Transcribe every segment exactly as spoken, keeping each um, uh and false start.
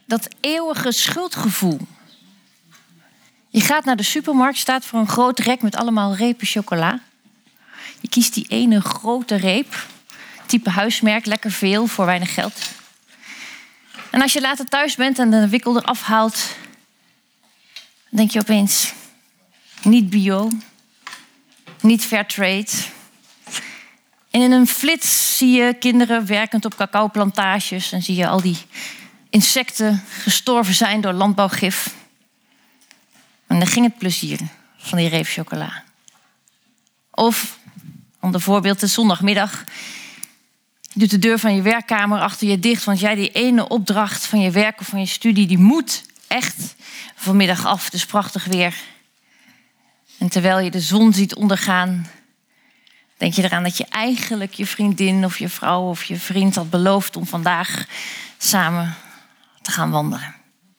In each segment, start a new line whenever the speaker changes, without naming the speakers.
Dat eeuwige schuldgevoel. Je gaat naar de supermarkt, staat voor een groot rek met allemaal repen chocola. Je kiest die ene grote reep, type huismerk, lekker veel voor weinig geld. En als je later thuis bent en de wikkel eraf haalt, dan denk je opeens, niet bio, niet fair trade. En in een flits zie je kinderen werkend op cacaoplantages en zie je al die insecten gestorven zijn door landbouwgif. En dan ging het plezier van die reep chocola. Of, ander voorbeeld, de zondagmiddag. Je doet de deur van je werkkamer achter je dicht, want jij die ene opdracht van je werk of van je studie, die moet echt vanmiddag af. Het is prachtig weer. En terwijl je de zon ziet ondergaan, denk je eraan dat je eigenlijk je vriendin of je vrouw of je vriend had beloofd om vandaag samen te gaan wandelen.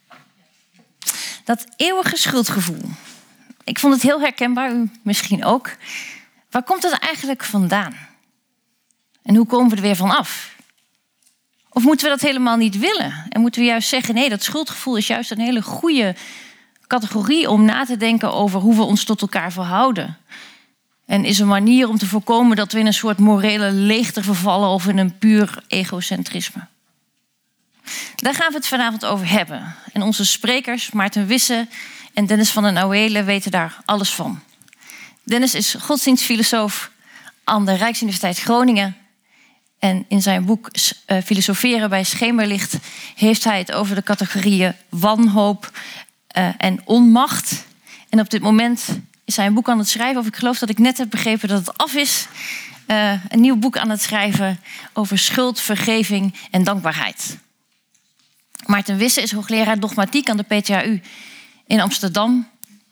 Dat eeuwige schuldgevoel. Ik vond het heel herkenbaar, u misschien ook. Waar komt het eigenlijk vandaan? En hoe komen we er weer van af? Of moeten we dat helemaal niet willen? En moeten we juist zeggen, nee, dat schuldgevoel is juist een hele goede categorie om na te denken over hoe we ons tot elkaar verhouden. En is een manier om te voorkomen dat we in een soort morele leegte vervallen of in een puur egocentrisme. Daar gaan we het vanavond over hebben. En onze sprekers, Maarten Wisse en Dennis van den Ouwelen, weten daar alles van. Dennis is godsdienstfilosoof aan de Rijksuniversiteit Groningen. En in zijn boek uh, Filosoferen bij Schemerlicht heeft hij het over de categorieën wanhoop uh, en onmacht. En op dit moment is hij een boek aan het schrijven, of ik geloof dat ik net heb begrepen dat het af is. Uh, een nieuw boek aan het schrijven over schuld, vergeving en dankbaarheid. Maarten Wisse is hoogleraar dogmatiek aan de P T H U in Amsterdam.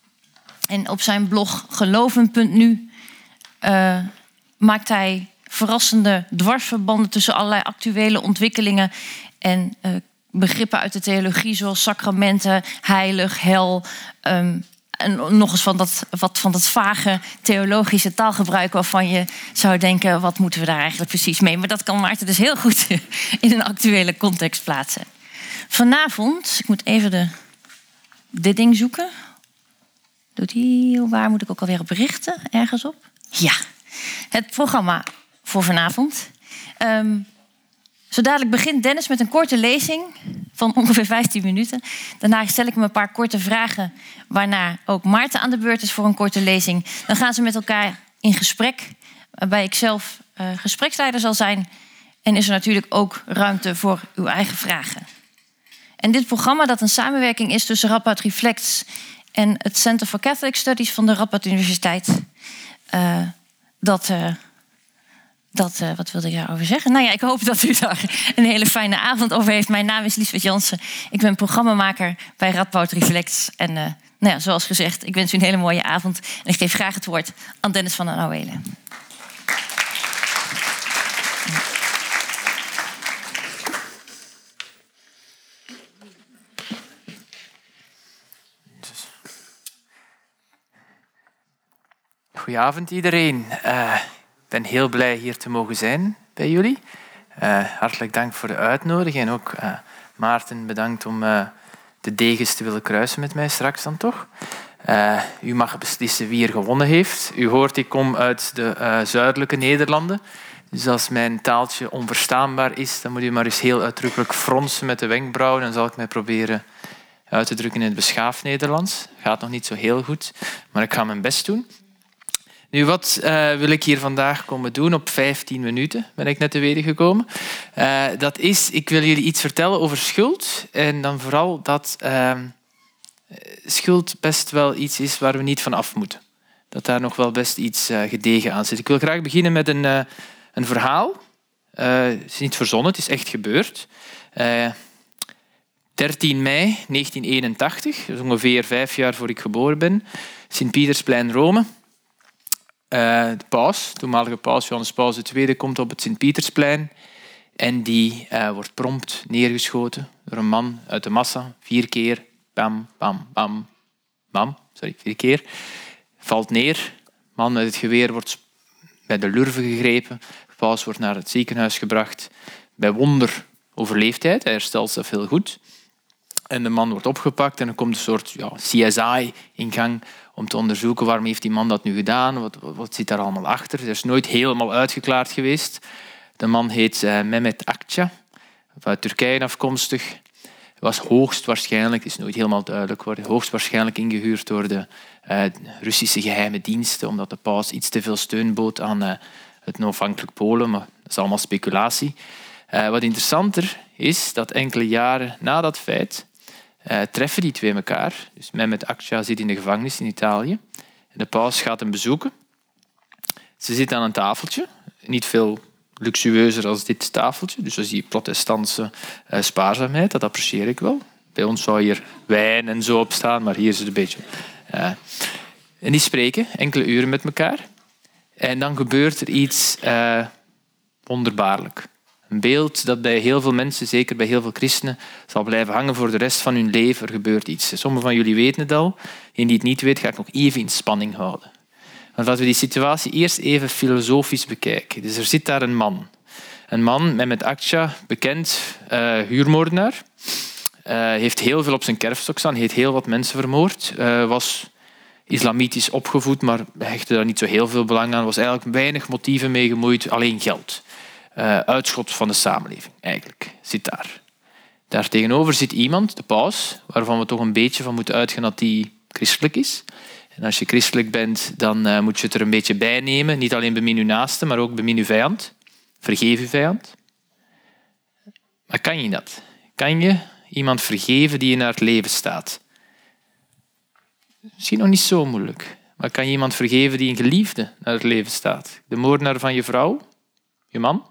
En op zijn blog geloven punt nu uh, maakt hij verrassende dwarsverbanden tussen allerlei actuele ontwikkelingen en uh, begrippen uit de theologie, zoals sacramenten, heilig, hel. Um, en nog eens van dat, wat van dat vage theologische taalgebruik waarvan je zou denken, wat moeten we daar eigenlijk precies mee? Maar dat kan Maarten dus heel goed in een actuele context plaatsen. Vanavond, ik moet even de, dit ding zoeken. Doet hij, waar moet ik ook alweer op berichten? Ergens op? Ja, het programma voor vanavond. Um, zo dadelijk begint Dennis met een korte lezing van ongeveer vijftien minuten. Daarna stel ik hem een paar korte vragen, waarna ook Maarten aan de beurt is voor een korte lezing. Dan gaan ze met elkaar in gesprek, waarbij ik zelf uh, gespreksleider zal zijn. En is er natuurlijk ook ruimte voor uw eigen vragen. En dit programma, dat een samenwerking is tussen Radboud Reflects en het Center for Catholic Studies van de Radboud Universiteit. Uh, dat, uh, dat uh, wat wilde ik daarover zeggen? Nou ja, ik hoop dat u daar een hele fijne avond over heeft. Mijn naam is Liesbeth Jansen. Ik ben programmamaker bij Radboud Reflects. En uh, nou ja, zoals gezegd, ik wens u een hele mooie avond. En ik geef graag het woord aan Dennis van den Ouwelen.
Goedenavond iedereen. Uh, ik ben heel blij hier te mogen zijn bij jullie. Uh, hartelijk dank voor de uitnodiging. En ook uh, Maarten, bedankt om uh, de degens te willen kruisen met mij straks dan toch. Uh, u mag beslissen wie er gewonnen heeft. U hoort, ik kom uit de uh, zuidelijke Nederlanden. Dus als mijn taaltje onverstaanbaar is, dan moet u maar eens heel uitdrukkelijk fronsen met de wenkbrauwen. Dan zal ik mij proberen uit te drukken in het beschaafd Nederlands. Gaat nog niet zo heel goed, maar ik ga mijn best doen. Nu, wat uh, wil ik hier vandaag komen doen? Op vijftien minuten ben ik net te weten gekomen. Uh, dat is, ik wil jullie iets vertellen over schuld. En dan vooral dat uh, schuld best wel iets is waar we niet van af moeten. Dat daar nog wel best iets uh, gedegen aan zit. Ik wil graag beginnen met een, uh, een verhaal. Uh, het is niet verzonnen, het is echt gebeurd. Uh, dertien mei negentien eenentachtig, dus ongeveer vijf jaar voor ik geboren ben. Sint-Pietersplein, Rome. Uh, de paus, toenmalige paus Johannes Paus de Tweede, komt op het Sint-Pietersplein en die uh, wordt prompt neergeschoten door een man uit de massa. Vier keer, bam, bam, bam, bam, sorry, vier keer. Valt neer, man met het geweer wordt bij de lurven gegrepen. De paus wordt naar het ziekenhuis gebracht. Bij wonder overleeft hij, hij herstelt zich heel goed. En de man wordt opgepakt en er komt een soort ja, C S I in gang om te onderzoeken waarom heeft die man dat nu gedaan, wat, wat, wat zit daar allemaal achter. Er is nooit helemaal uitgeklaard geweest. De man heet uh, Mehmet Akça, uit Turkije afkomstig. Was hoogstwaarschijnlijk, het is nooit helemaal duidelijk geworden, hoogstwaarschijnlijk ingehuurd door de uh, Russische geheime diensten, omdat de paus iets te veel steun bood aan uh, het onafhankelijk Polen, maar dat is allemaal speculatie. Uh, wat interessanter is, dat enkele jaren na dat feit uh, treffen die twee elkaar. Dus Mehmet Akça zit in de gevangenis in Italië. De paus gaat hem bezoeken. Ze zitten aan een tafeltje, niet veel luxueuzer als dit tafeltje. Dus dat is die protestantse uh, spaarzaamheid, dat apprecieer ik wel. Bij ons zou hier wijn en zo op staan, maar hier is het een beetje... Uh, en die spreken enkele uren met elkaar. En dan gebeurt er iets uh, wonderbaarlijk. Een beeld dat bij heel veel mensen, zeker bij heel veel christenen, zal blijven hangen voor de rest van hun leven. Er gebeurt iets. Sommigen van jullie weten het al. En die het niet weet, ga ik nog even in spanning houden. Want laten we die situatie eerst even filosofisch bekijken. Dus er zit daar een man. Een man, Mehmet Akça, bekend uh, huurmoordenaar. Uh, heeft heel veel op zijn kerfstok staan, heeft heel wat mensen vermoord. Uh, was islamitisch opgevoed, maar hechtte daar niet zo heel veel belang aan. Was eigenlijk weinig motieven mee gemoeid, alleen geld. Uh, uitschot van de samenleving, eigenlijk, zit daar. Daartegenover zit iemand, de paus, waarvan we toch een beetje van moeten uitgaan dat die christelijk is. En als je christelijk bent, dan uh, moet je het er een beetje bij nemen. Niet alleen bemin je naaste, maar ook bemin je vijand. Vergeef je vijand. Maar kan je dat? Kan je iemand vergeven die je naar het leven staat? Misschien nog niet zo moeilijk. Maar kan je iemand vergeven die een geliefde naar het leven staat? De moordenaar van je vrouw? Je man?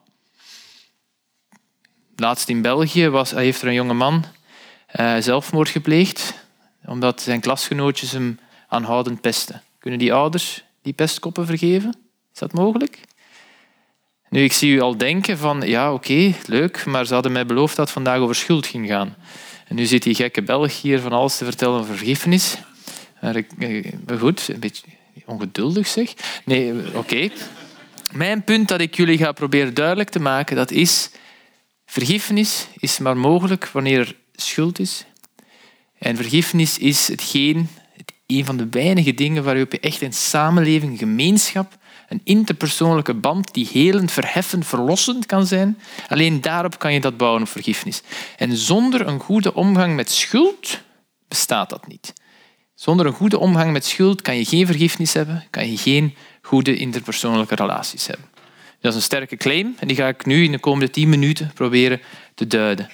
Laatst in België was, heeft er een jonge man uh, zelfmoord gepleegd omdat zijn klasgenootjes hem aanhoudend pesten. Kunnen die ouders die pestkoppen vergeven? Is dat mogelijk? Nu, ik zie u al denken van, ja, oké, okay, leuk, maar ze hadden mij beloofd dat het vandaag over schuld ging gaan. En nu zit die gekke Belg hier van alles te vertellen over vergiffenis. Maar ik ben goed, een beetje ongeduldig zeg. Nee, oké. Okay. Mijn punt dat ik jullie ga proberen duidelijk te maken, dat is, vergiffenis is maar mogelijk wanneer er schuld is. En vergiffenis is hetgeen, een van de weinige dingen waarop je echt een samenleving, een gemeenschap, een interpersoonlijke band die helend, verheffend, verlossend kan zijn. Alleen daarop kan je dat bouwen op vergiffenis. En zonder een goede omgang met schuld bestaat dat niet. Zonder een goede omgang met schuld kan je geen vergiffenis hebben, kan je geen goede interpersoonlijke relaties hebben. Dat is een sterke claim en die ga ik nu in de komende tien minuten proberen te duiden.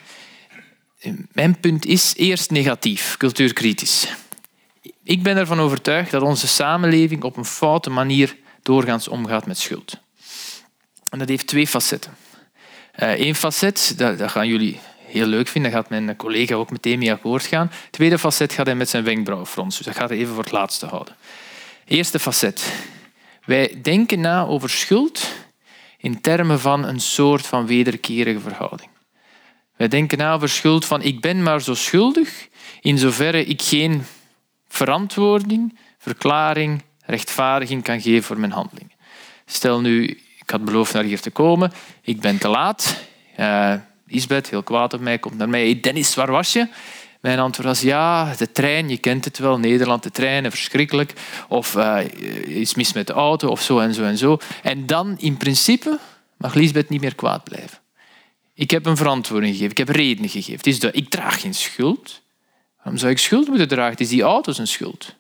Mijn punt is eerst negatief, cultuurkritisch. Ik ben ervan overtuigd dat onze samenleving op een foute manier doorgaans omgaat met schuld. En dat heeft twee facetten. Eén facet, dat, dat gaan jullie heel leuk vinden, daar gaat mijn collega ook meteen mee akkoord gaan. Het tweede facet gaat hij met zijn wenkbrauwen fronsen, dus dat gaat hij even voor het laatste houden. Eerste facet. Wij denken na over schuld in termen van een soort van wederkerige verhouding. Wij denken na over schuld van ik ben maar zo schuldig in zoverre ik geen verantwoording, verklaring, rechtvaardiging kan geven voor mijn handelingen. Stel nu, ik had beloofd naar hier te komen, ik ben te laat. Uh, Lisbeth, heel kwaad op mij, komt naar mij. Hey Dennis, waar was je? Mijn antwoord was ja, de trein, je kent het wel, Nederland, de treinen, verschrikkelijk. Of uh, iets mis met de auto, of zo en zo en zo. En dan, in principe, mag Lisbeth niet meer kwaad blijven. Ik heb een verantwoording gegeven, ik heb redenen gegeven. Het is de, ik draag geen schuld. Waarom zou ik schuld moeten dragen? Het is die auto zijn schuld.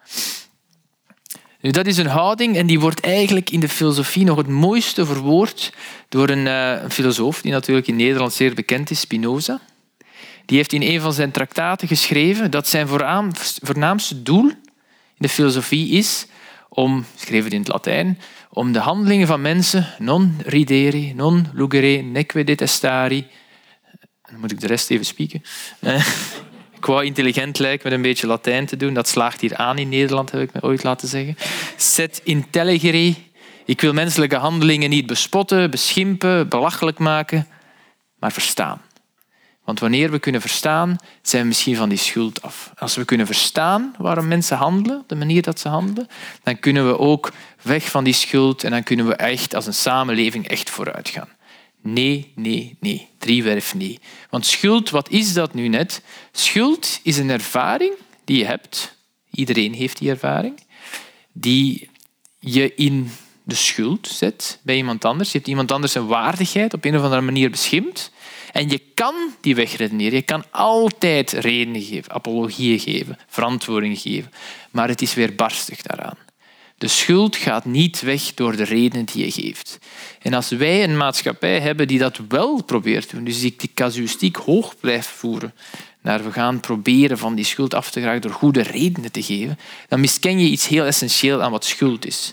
Nu, dat is een houding en die wordt eigenlijk in de filosofie nog het mooiste verwoord door een, uh, een filosoof die natuurlijk in Nederland zeer bekend is, Spinoza. Die heeft in een van zijn traktaten geschreven dat zijn voornaamste doel in de filosofie is om, schreven in het Latijn, om de handelingen van mensen non ridere, non lugere, neque detestari. Dan moet ik de rest even spieken. Ik wou intelligent lijken met een beetje Latijn te doen. Dat slaagt hier aan in Nederland, heb ik me ooit laten zeggen. Set intelligere. Ik wil menselijke handelingen niet bespotten, beschimpen, belachelijk maken, maar verstaan. Want wanneer we kunnen verstaan, zijn we misschien van die schuld af. Als we kunnen verstaan waarom mensen handelen, de manier dat ze handelen, dan kunnen we ook weg van die schuld en dan kunnen we echt als een samenleving echt vooruit gaan. Nee, nee, nee. Driewerf nee. Want schuld, wat is dat nu net? Schuld is een ervaring die je hebt. Iedereen heeft die ervaring. Die je in de schuld zet bij iemand anders. Je hebt iemand anders een waardigheid op een of andere manier beschimpt. En je kan die wegredeneren. Je kan altijd redenen geven, apologieën geven, verantwoording geven. Maar het is weerbarstig daaraan. De schuld gaat niet weg door de redenen die je geeft. En als wij een maatschappij hebben die dat wel probeert te doen, dus die casuïstiek hoog blijft voeren, naar we gaan proberen van die schuld af te geraken door goede redenen te geven, dan misken je iets heel essentieel aan wat schuld is.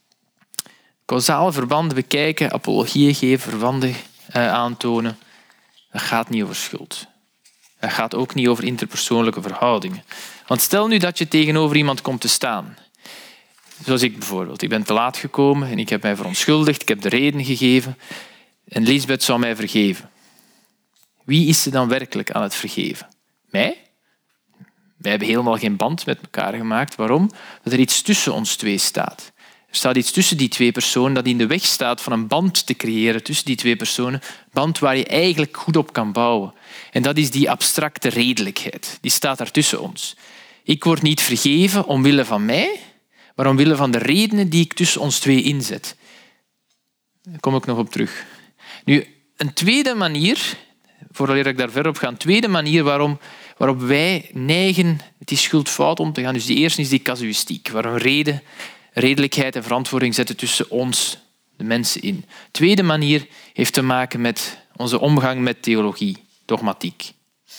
Causale verbanden bekijken, apologieën geven, verbanden eh, aantonen, dat gaat niet over schuld. Dat gaat ook niet over interpersoonlijke verhoudingen. Want stel nu dat je tegenover iemand komt te staan. Zoals ik bijvoorbeeld. Ik ben te laat gekomen en ik heb mij verontschuldigd. Ik heb de reden gegeven. En Lisbeth zou mij vergeven. Wie is ze dan werkelijk aan het vergeven? Mij? Wij hebben helemaal geen band met elkaar gemaakt. Waarom? Dat er iets tussen ons twee staat. Er staat iets tussen die twee personen dat in de weg staat van een band te creëren tussen die twee personen. Een band waar je eigenlijk goed op kan bouwen. En dat is die abstracte redelijkheid. Die staat daar tussen ons. Ik word niet vergeven omwille van mij, maar omwille van de redenen die ik tussen ons twee inzet. Daar kom ik nog op terug. Nu, een tweede manier, voordat ik daar verder op ga, een tweede manier waarom, waarop wij neigen het is schuldfout om te gaan. Dus die eerste is die casuïstiek, waar een reden, redelijkheid en verantwoording zetten tussen ons, de mensen, in. De tweede manier heeft te maken met onze omgang met theologie, dogmatiek.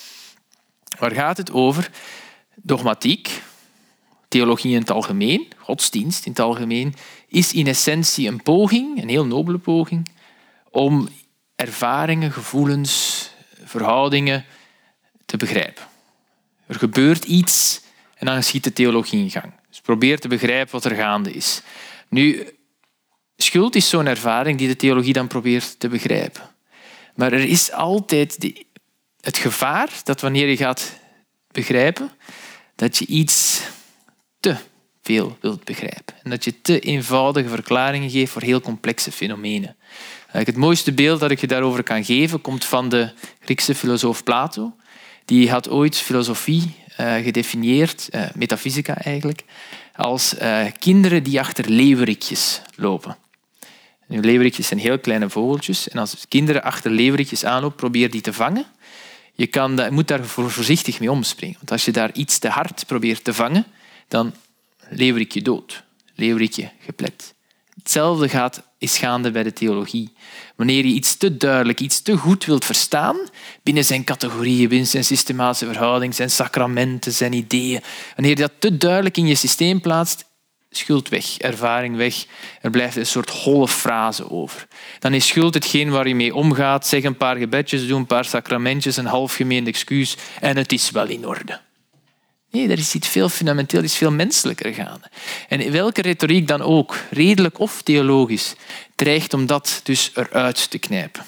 Waar gaat het over? Dogmatiek, theologie in het algemeen, godsdienst in het algemeen, is in essentie een poging, een heel nobele poging, om ervaringen, gevoelens, verhoudingen te begrijpen. Er gebeurt iets en dan schiet de theologie in gang. Dus probeer te begrijpen wat er gaande is. Nu, schuld is zo'n ervaring die de theologie dan probeert te begrijpen. Maar er is altijd die, het gevaar dat wanneer je gaat begrijpen, dat je iets te veel wilt begrijpen. En dat je te eenvoudige verklaringen geeft voor heel complexe fenomenen. Het mooiste beeld dat ik je daarover kan geven komt van de Griekse filosoof Plato. Die had ooit filosofie uh, gedefinieerd, uh, metafysica eigenlijk, als uh, kinderen die achter leeuwerikjes lopen. Nu, leeuwerikjes zijn heel kleine vogeltjes. En als kinderen achter leeuwerikjes aanlopen, probeer die te vangen. Je, kan, je moet daar voorzichtig mee omspringen. Want als je daar iets te hard probeert te vangen, dan leeuwerikje dood. Leeuwerikje geplet. Hetzelfde gaat, is gaande bij de theologie. Wanneer je iets te duidelijk, iets te goed wilt verstaan, binnen zijn categorieën, binnen zijn systematische verhouding, zijn sacramenten, zijn ideeën, wanneer je dat te duidelijk in je systeem plaatst, schuld weg, ervaring weg, er blijft een soort holle frase over. Dan is schuld hetgeen waar je mee omgaat, zeg een paar gebedjes, doe een paar sacramentjes, een half gemeend excuus en het is wel in orde. Nee, er is iets veel fundamenteel, iets veel menselijker gaande. En welke retoriek dan ook, redelijk of theologisch, dreigt om dat dus eruit te knijpen.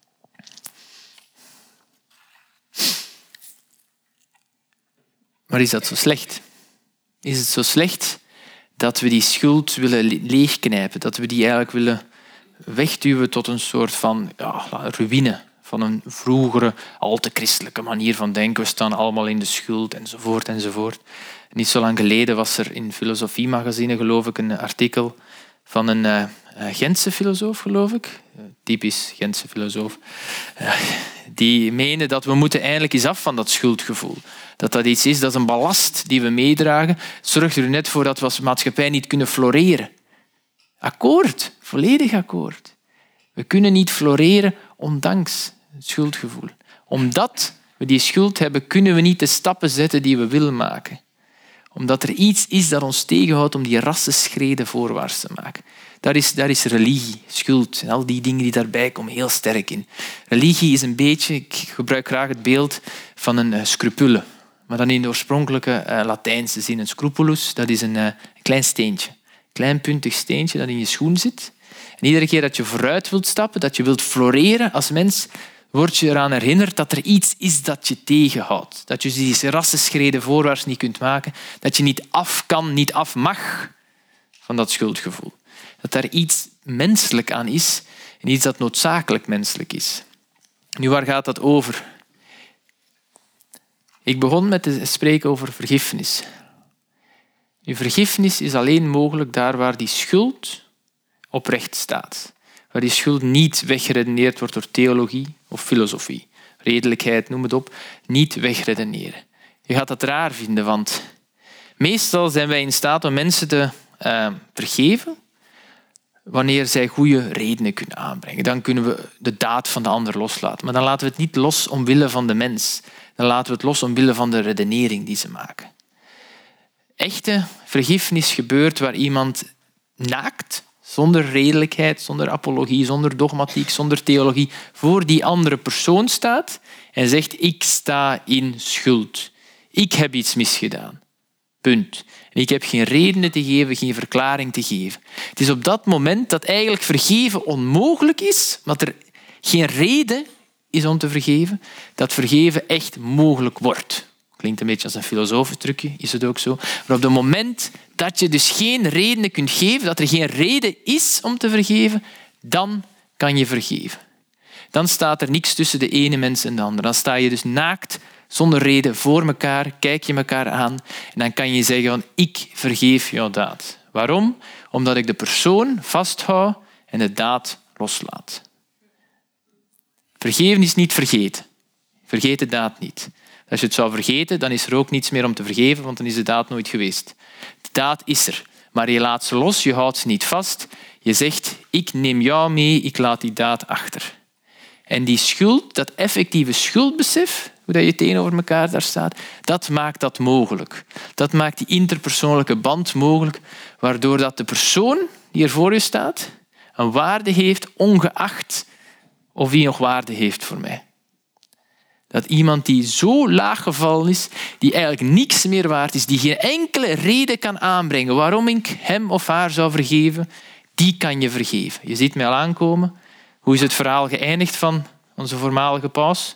Maar is dat zo slecht? Is het zo slecht dat we die schuld willen leegknijpen, dat we die eigenlijk willen wegduwen tot een soort van ja, ruïne van een vroegere, al te christelijke manier van denken. We staan allemaal in de schuld, enzovoort, enzovoort. Niet zo lang geleden was er in Filosofie-magazine, geloof ik, een artikel van een uh, Gentse filosoof, geloof ik. Uh, typisch Gentse filosoof. Uh, die meende dat we moeten eindelijk eens af van dat schuldgevoel. Dat dat iets is, dat is een ballast die we meedragen. Zorgt er net voor dat we als maatschappij niet kunnen floreren. Akkoord, volledig akkoord. We kunnen niet floreren ondanks het schuldgevoel. Omdat we die schuld hebben, kunnen we niet de stappen zetten die we willen maken. Omdat er iets is dat ons tegenhoudt om die rassenschreden voorwaarts te maken. Daar is, daar is religie, schuld en al die dingen die daarbij komen heel sterk in. Religie is een beetje, ik gebruik graag het beeld van een uh, scrupule. Maar dan in de oorspronkelijke uh, Latijnse zin. Een scrupulus, dat is een, uh, een klein steentje. Een klein puntig steentje dat in je schoen zit. En iedere keer dat je vooruit wilt stappen, dat je wilt floreren als mens, word je eraan herinnerd dat er iets is dat je tegenhoudt. Dat je die rassenschreden voorwaarts niet kunt maken. Dat je niet af kan, niet af mag van dat schuldgevoel. Dat daar iets menselijk aan is en iets dat noodzakelijk menselijk is. Nu, waar gaat dat over? Ik begon met te spreken over vergiffenis. Nu, vergiffenis is alleen mogelijk daar waar die schuld oprecht staat. Waar die schuld niet weggeredeneerd wordt door theologie of filosofie. Redelijkheid, noem het op. Niet wegredeneren. Je gaat dat raar vinden, want meestal zijn wij in staat om mensen te uh, vergeven wanneer zij goede redenen kunnen aanbrengen. Dan kunnen we de daad van de ander loslaten. Maar dan laten we het niet los omwille van de mens. Dan laten we het los omwille van de redenering die ze maken. Echte vergiffenis gebeurt waar iemand naakt, zonder redelijkheid, zonder apologie, zonder dogmatiek, zonder theologie, voor die andere persoon staat en zegt, ik sta in schuld. Ik heb iets misgedaan. Punt. En ik heb geen redenen te geven, geen verklaring te geven. Het is op dat moment dat eigenlijk vergeven onmogelijk is, maar er geen reden is om te vergeven, dat vergeven echt mogelijk wordt. Klinkt een beetje als een filosofisch trucje, is het ook zo. Maar op het moment dat je dus geen redenen kunt geven, dat er geen reden is om te vergeven, dan kan je vergeven. Dan staat er niks tussen de ene mens en de andere. Dan sta je dus naakt, zonder reden, voor elkaar, kijk je elkaar aan en dan kan je zeggen van ik vergeef jouw daad. Waarom? Omdat ik de persoon vasthoud en de daad loslaat. Vergeven is niet vergeten. Vergeet de daad niet. Als je het zou vergeten, dan is er ook niets meer om te vergeven, want dan is de daad nooit geweest. De daad is er, maar je laat ze los, je houdt ze niet vast. Je zegt, ik neem jou mee, ik laat die daad achter. En die schuld, dat effectieve schuldbesef, hoe je tegenover elkaar daar staat, dat maakt dat mogelijk. Dat maakt die interpersoonlijke band mogelijk, waardoor dat de persoon die er voor je staat een waarde heeft, ongeacht of die nog waarde heeft voor mij. Dat iemand die zo laag gevallen is, die eigenlijk niks meer waard is, die geen enkele reden kan aanbrengen waarom ik hem of haar zou vergeven, die kan je vergeven. Je ziet mij al aankomen. Hoe is het verhaal geëindigd van onze voormalige paus?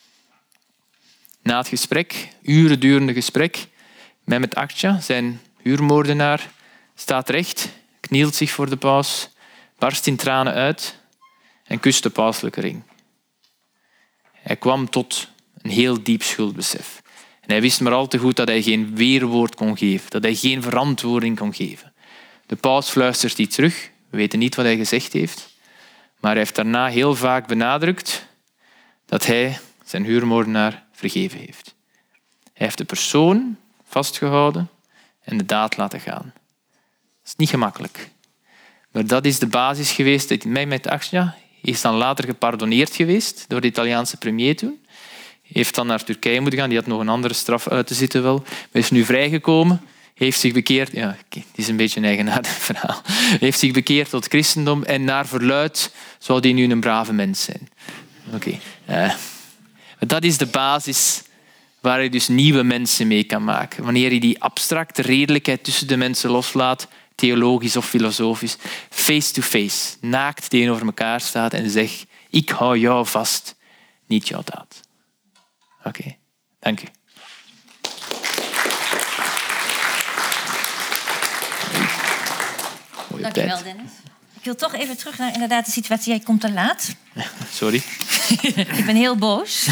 Na het gesprek, uren durende gesprek, Mehmet Akça, zijn huurmoordenaar, staat recht, knielt zich voor de paus, barst in tranen uit en kust de pauselijke ring. Hij kwam tot een heel diep schuldbesef. En hij wist maar al te goed dat hij geen weerwoord kon geven, dat hij geen verantwoording kon geven. De paus fluistert iets terug. We weten niet wat hij gezegd heeft. Maar hij heeft daarna heel vaak benadrukt dat hij zijn huurmoordenaar vergeven heeft. Hij heeft de persoon vastgehouden en de daad laten gaan. Dat is niet gemakkelijk. Maar dat is de basis geweest. Dat Mehmet Akça is dan later gepardonneerd geweest door de Italiaanse premier toen. Heeft dan naar Turkije moeten gaan. Die had nog een andere straf uit te zitten wel. Maar is nu vrijgekomen. Heeft zich bekeerd. Ja, het is een beetje een eigenaardig verhaal. Heeft zich bekeerd tot christendom. En naar verluidt zou hij nu een brave mens zijn. Oké. Okay. Uh, dat is de basis waar je dus nieuwe mensen mee kan maken. Wanneer je die abstracte redelijkheid tussen de mensen loslaat, theologisch of filosofisch, face-to-face, naakt tegenover elkaar staat en zegt, ik hou jou vast, niet jouw daad. Oké, okay. Dank u.
Dank je wel, Dennis. Ik wil toch even terug naar inderdaad de situatie. Jij komt te laat.
Sorry.
Ik ben heel boos.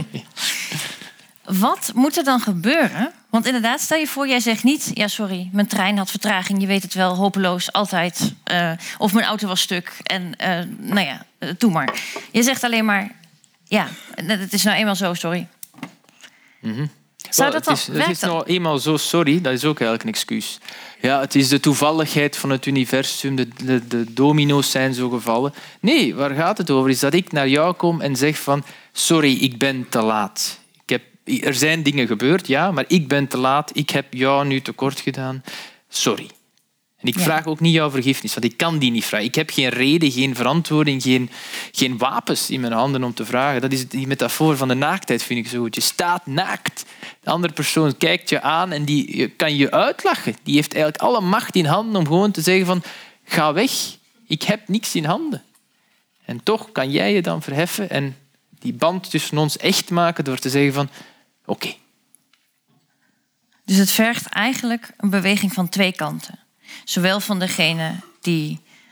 Wat moet er dan gebeuren? Want inderdaad, stel je voor, jij zegt niet, ja sorry, mijn trein had vertraging, je weet het wel, hopeloos, altijd. Uh, of mijn auto was stuk. En uh, nou ja, uh, doe maar. Je zegt alleen maar, ja, het is nou eenmaal zo, sorry.
Mm-hmm.
Zou
well,
dat dan,
het is, het is nou eenmaal zo sorry, dat is ook eigenlijk een excuus. Ja, het is de toevalligheid van het universum, de, de, de domino's zijn zo gevallen. Nee, waar gaat het over? Is dat ik naar jou kom en zeg van, sorry, ik ben te laat. Ik heb, er zijn dingen gebeurd, ja, maar ik ben te laat. Ik heb jou nu tekort gedaan. Sorry. En ik vraag ook niet jouw vergiffenis, want ik kan die niet vragen. Ik heb geen reden, geen verantwoording, geen, geen wapens in mijn handen om te vragen. Dat is die metafoor van de naaktheid, vind ik zo goed. Je staat naakt. De andere persoon kijkt je aan en die kan je uitlachen. Die heeft eigenlijk alle macht in handen om gewoon te zeggen van, ga weg, ik heb niks in handen. En toch kan jij je dan verheffen en die band tussen ons echt maken door te zeggen van, oké. Okay.
Dus het vergt eigenlijk een beweging van twee kanten. Zowel van degene die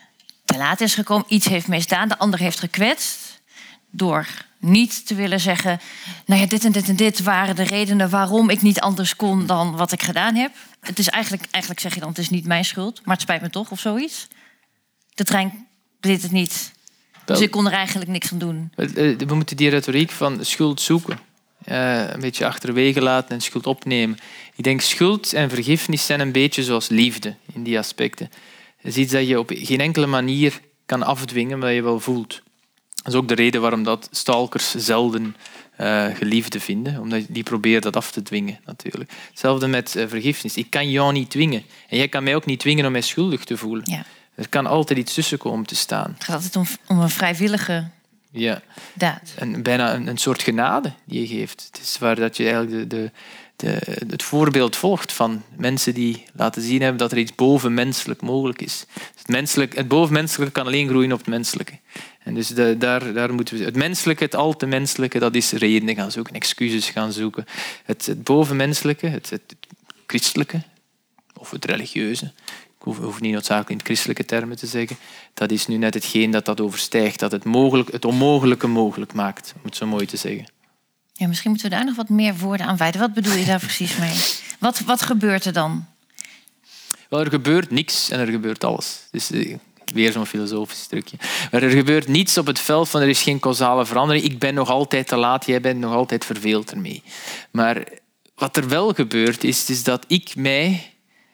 te laat is gekomen, iets heeft misdaan, de ander heeft gekwetst, door niet te willen zeggen, nou ja, dit en dit en dit waren de redenen waarom ik niet anders kon dan wat ik gedaan heb. Het is eigenlijk, eigenlijk zeg je dan, het is niet mijn schuld, maar het spijt me toch of zoiets. De trein deed het niet, dus ik kon er eigenlijk niks aan doen.
We moeten die retoriek van schuld zoeken. Uh, een beetje achterwege laten en schuld opnemen. Ik denk schuld en vergiffenis zijn een beetje zoals liefde in die aspecten. Het is iets dat je op geen enkele manier kan afdwingen, maar dat je wel voelt. Dat is ook de reden waarom dat stalkers zelden uh, geliefden vinden, omdat die proberen dat af te dwingen natuurlijk. Hetzelfde met uh, vergiffenis. Ik kan jou niet dwingen en jij kan mij ook niet dwingen om mij schuldig te voelen. Ja. Er kan altijd iets tussen komen te staan.
Het gaat altijd om, om een vrijwillige
ja.
daad.
En bijna een, een soort genade die je geeft. Het is waar dat je eigenlijk de, de, de, het voorbeeld volgt van mensen die laten zien hebben dat er iets bovenmenselijk mogelijk is. Het, menselijk, het bovenmenselijke kan alleen groeien op het menselijke. En dus de, daar, daar moeten we het menselijke, het al te menselijke, dat is redenen gaan zoeken, excuses gaan zoeken. Het, het bovenmenselijke, het, het, het christelijke of het religieuze. Ik hoef, hoef niet noodzakelijk in het christelijke termen te zeggen. Dat is nu net hetgeen dat dat overstijgt, dat het, mogelijk, het onmogelijke mogelijk maakt, om het zo mooi te zeggen.
Ja, misschien moeten we daar nog wat meer woorden aan wijden. Wat bedoel je daar precies mee? Wat, wat gebeurt er dan?
Wel, er gebeurt niks en er gebeurt alles. Dus uh, weer zo'n filosofisch trucje. Maar er gebeurt niets op het veld van er is geen causale verandering. Ik ben nog altijd te laat, jij bent nog altijd verveeld ermee. Maar wat er wel gebeurt is, is dat ik mij,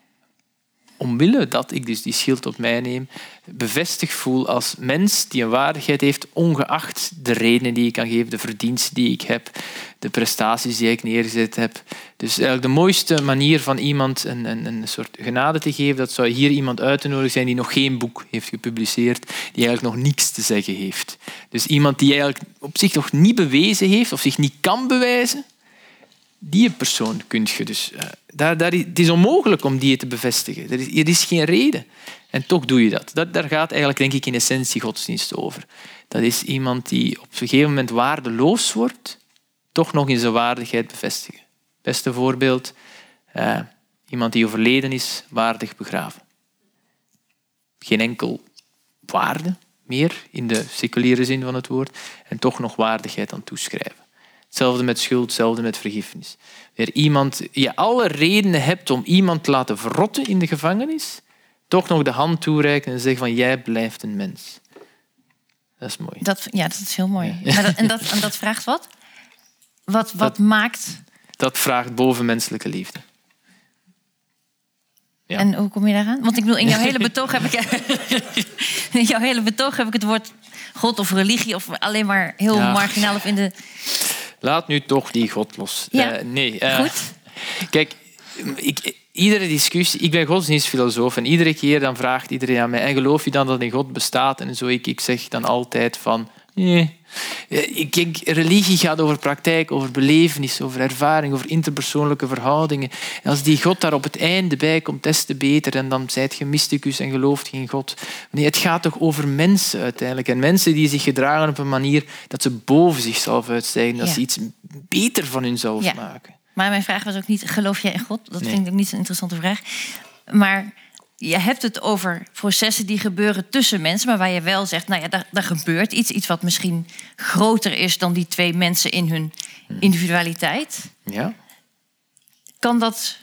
omwille dat ik dus die schuld op mij neem, bevestigd voel als mens die een waardigheid heeft, ongeacht de redenen die ik kan geven, de verdiensten die ik heb, de prestaties die ik neergezet heb. Dus eigenlijk de mooiste manier van iemand een, een, een soort genade te geven, dat zou hier iemand uit te nodigen zijn die nog geen boek heeft gepubliceerd, die eigenlijk nog niks te zeggen heeft. Dus iemand die eigenlijk op zich nog niet bewezen heeft of zich niet kan bewijzen, die persoon kun je dus... Uh, daar, daar, het is onmogelijk om die te bevestigen. Er is, er is geen reden. En toch doe je dat. dat. Daar gaat eigenlijk, denk ik, in essentie godsdienst over. Dat is iemand die op een gegeven moment waardeloos wordt, toch nog in zijn waardigheid bevestigen. Beste voorbeeld, uh, iemand die overleden is, waardig begraven. Geen enkel waarde meer, in de seculiere zin van het woord, en toch nog waardigheid aan toeschrijven. Hetzelfde met schuld, hetzelfde met vergiffenis. Wanneer iemand, je alle redenen hebt om iemand te laten verrotten in de gevangenis, toch nog de hand toereiken en zeggen van jij blijft een mens. Dat is mooi.
Dat, ja, dat is heel mooi. Ja. Maar dat, en, dat, en dat vraagt wat? Wat, wat dat, maakt...
Dat vraagt bovenmenselijke liefde.
Ja. En hoe kom je daaraan? Want ik bedoel, in jouw hele betoog heb ik... in jouw hele betoog heb ik het woord God of religie of alleen maar heel ja. marginaal of in de...
Laat nu toch die God los.
Ja,
uh, nee. Uh,
goed.
Kijk, ik, iedere discussie... Ik ben godsdienstfilosoof en iedere keer dan vraagt iedereen aan mij en geloof je dan dat een God bestaat? En zo ik, ik zeg dan altijd van... Nee. Ik denk, religie gaat over praktijk, over belevenis, over ervaring, over interpersoonlijke verhoudingen. En als die God daar op het einde bij komt, des te beter. En dan zijt je mysticus en gelooft geen God. Nee, het gaat toch over mensen uiteindelijk. En mensen die zich gedragen op een manier dat ze boven zichzelf uitstijgen. Dat ja. ze iets beter van hunzelf ja. maken.
Maar mijn vraag was ook niet, geloof jij in God? Dat nee. vind ik ook niet zo'n interessante vraag. Maar... Je hebt het over processen die gebeuren tussen mensen, maar waar je wel zegt, nou ja, daar, daar gebeurt iets, iets wat misschien groter is dan die twee mensen in hun individualiteit.
Ja.
Kan dat,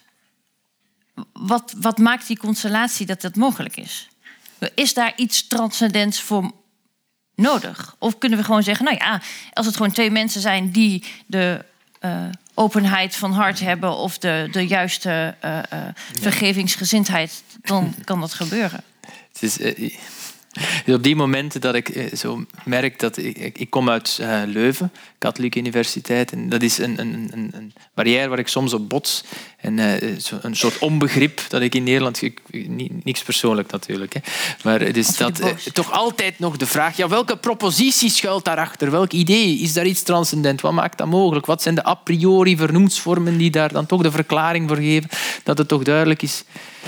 wat, wat maakt die constellatie dat dat mogelijk is? Is daar iets transcendents voor nodig? Of kunnen we gewoon zeggen, nou ja, als het gewoon twee mensen zijn die de... Uh, openheid van hart hebben of de, de juiste uh, uh, vergevingsgezindheid, dan kan dat gebeuren.
Het is, uh, op die momenten dat ik uh, zo merk dat ik, ik kom uit uh, Leuven, Katholieke Universiteit, en dat is een, een, een, een barrière waar ik soms op bots. En uh, zo een soort onbegrip dat ik in Nederland... Ik, niks persoonlijk natuurlijk. Hè. Maar dus dat, uh, toch altijd nog de vraag... Ja, welke propositie schuilt daarachter? Welk idee? Is daar iets transcendent? Wat maakt dat mogelijk? Wat zijn de a priori vernoemdsvormen die daar dan toch de verklaring voor geven? Dat het toch duidelijk is...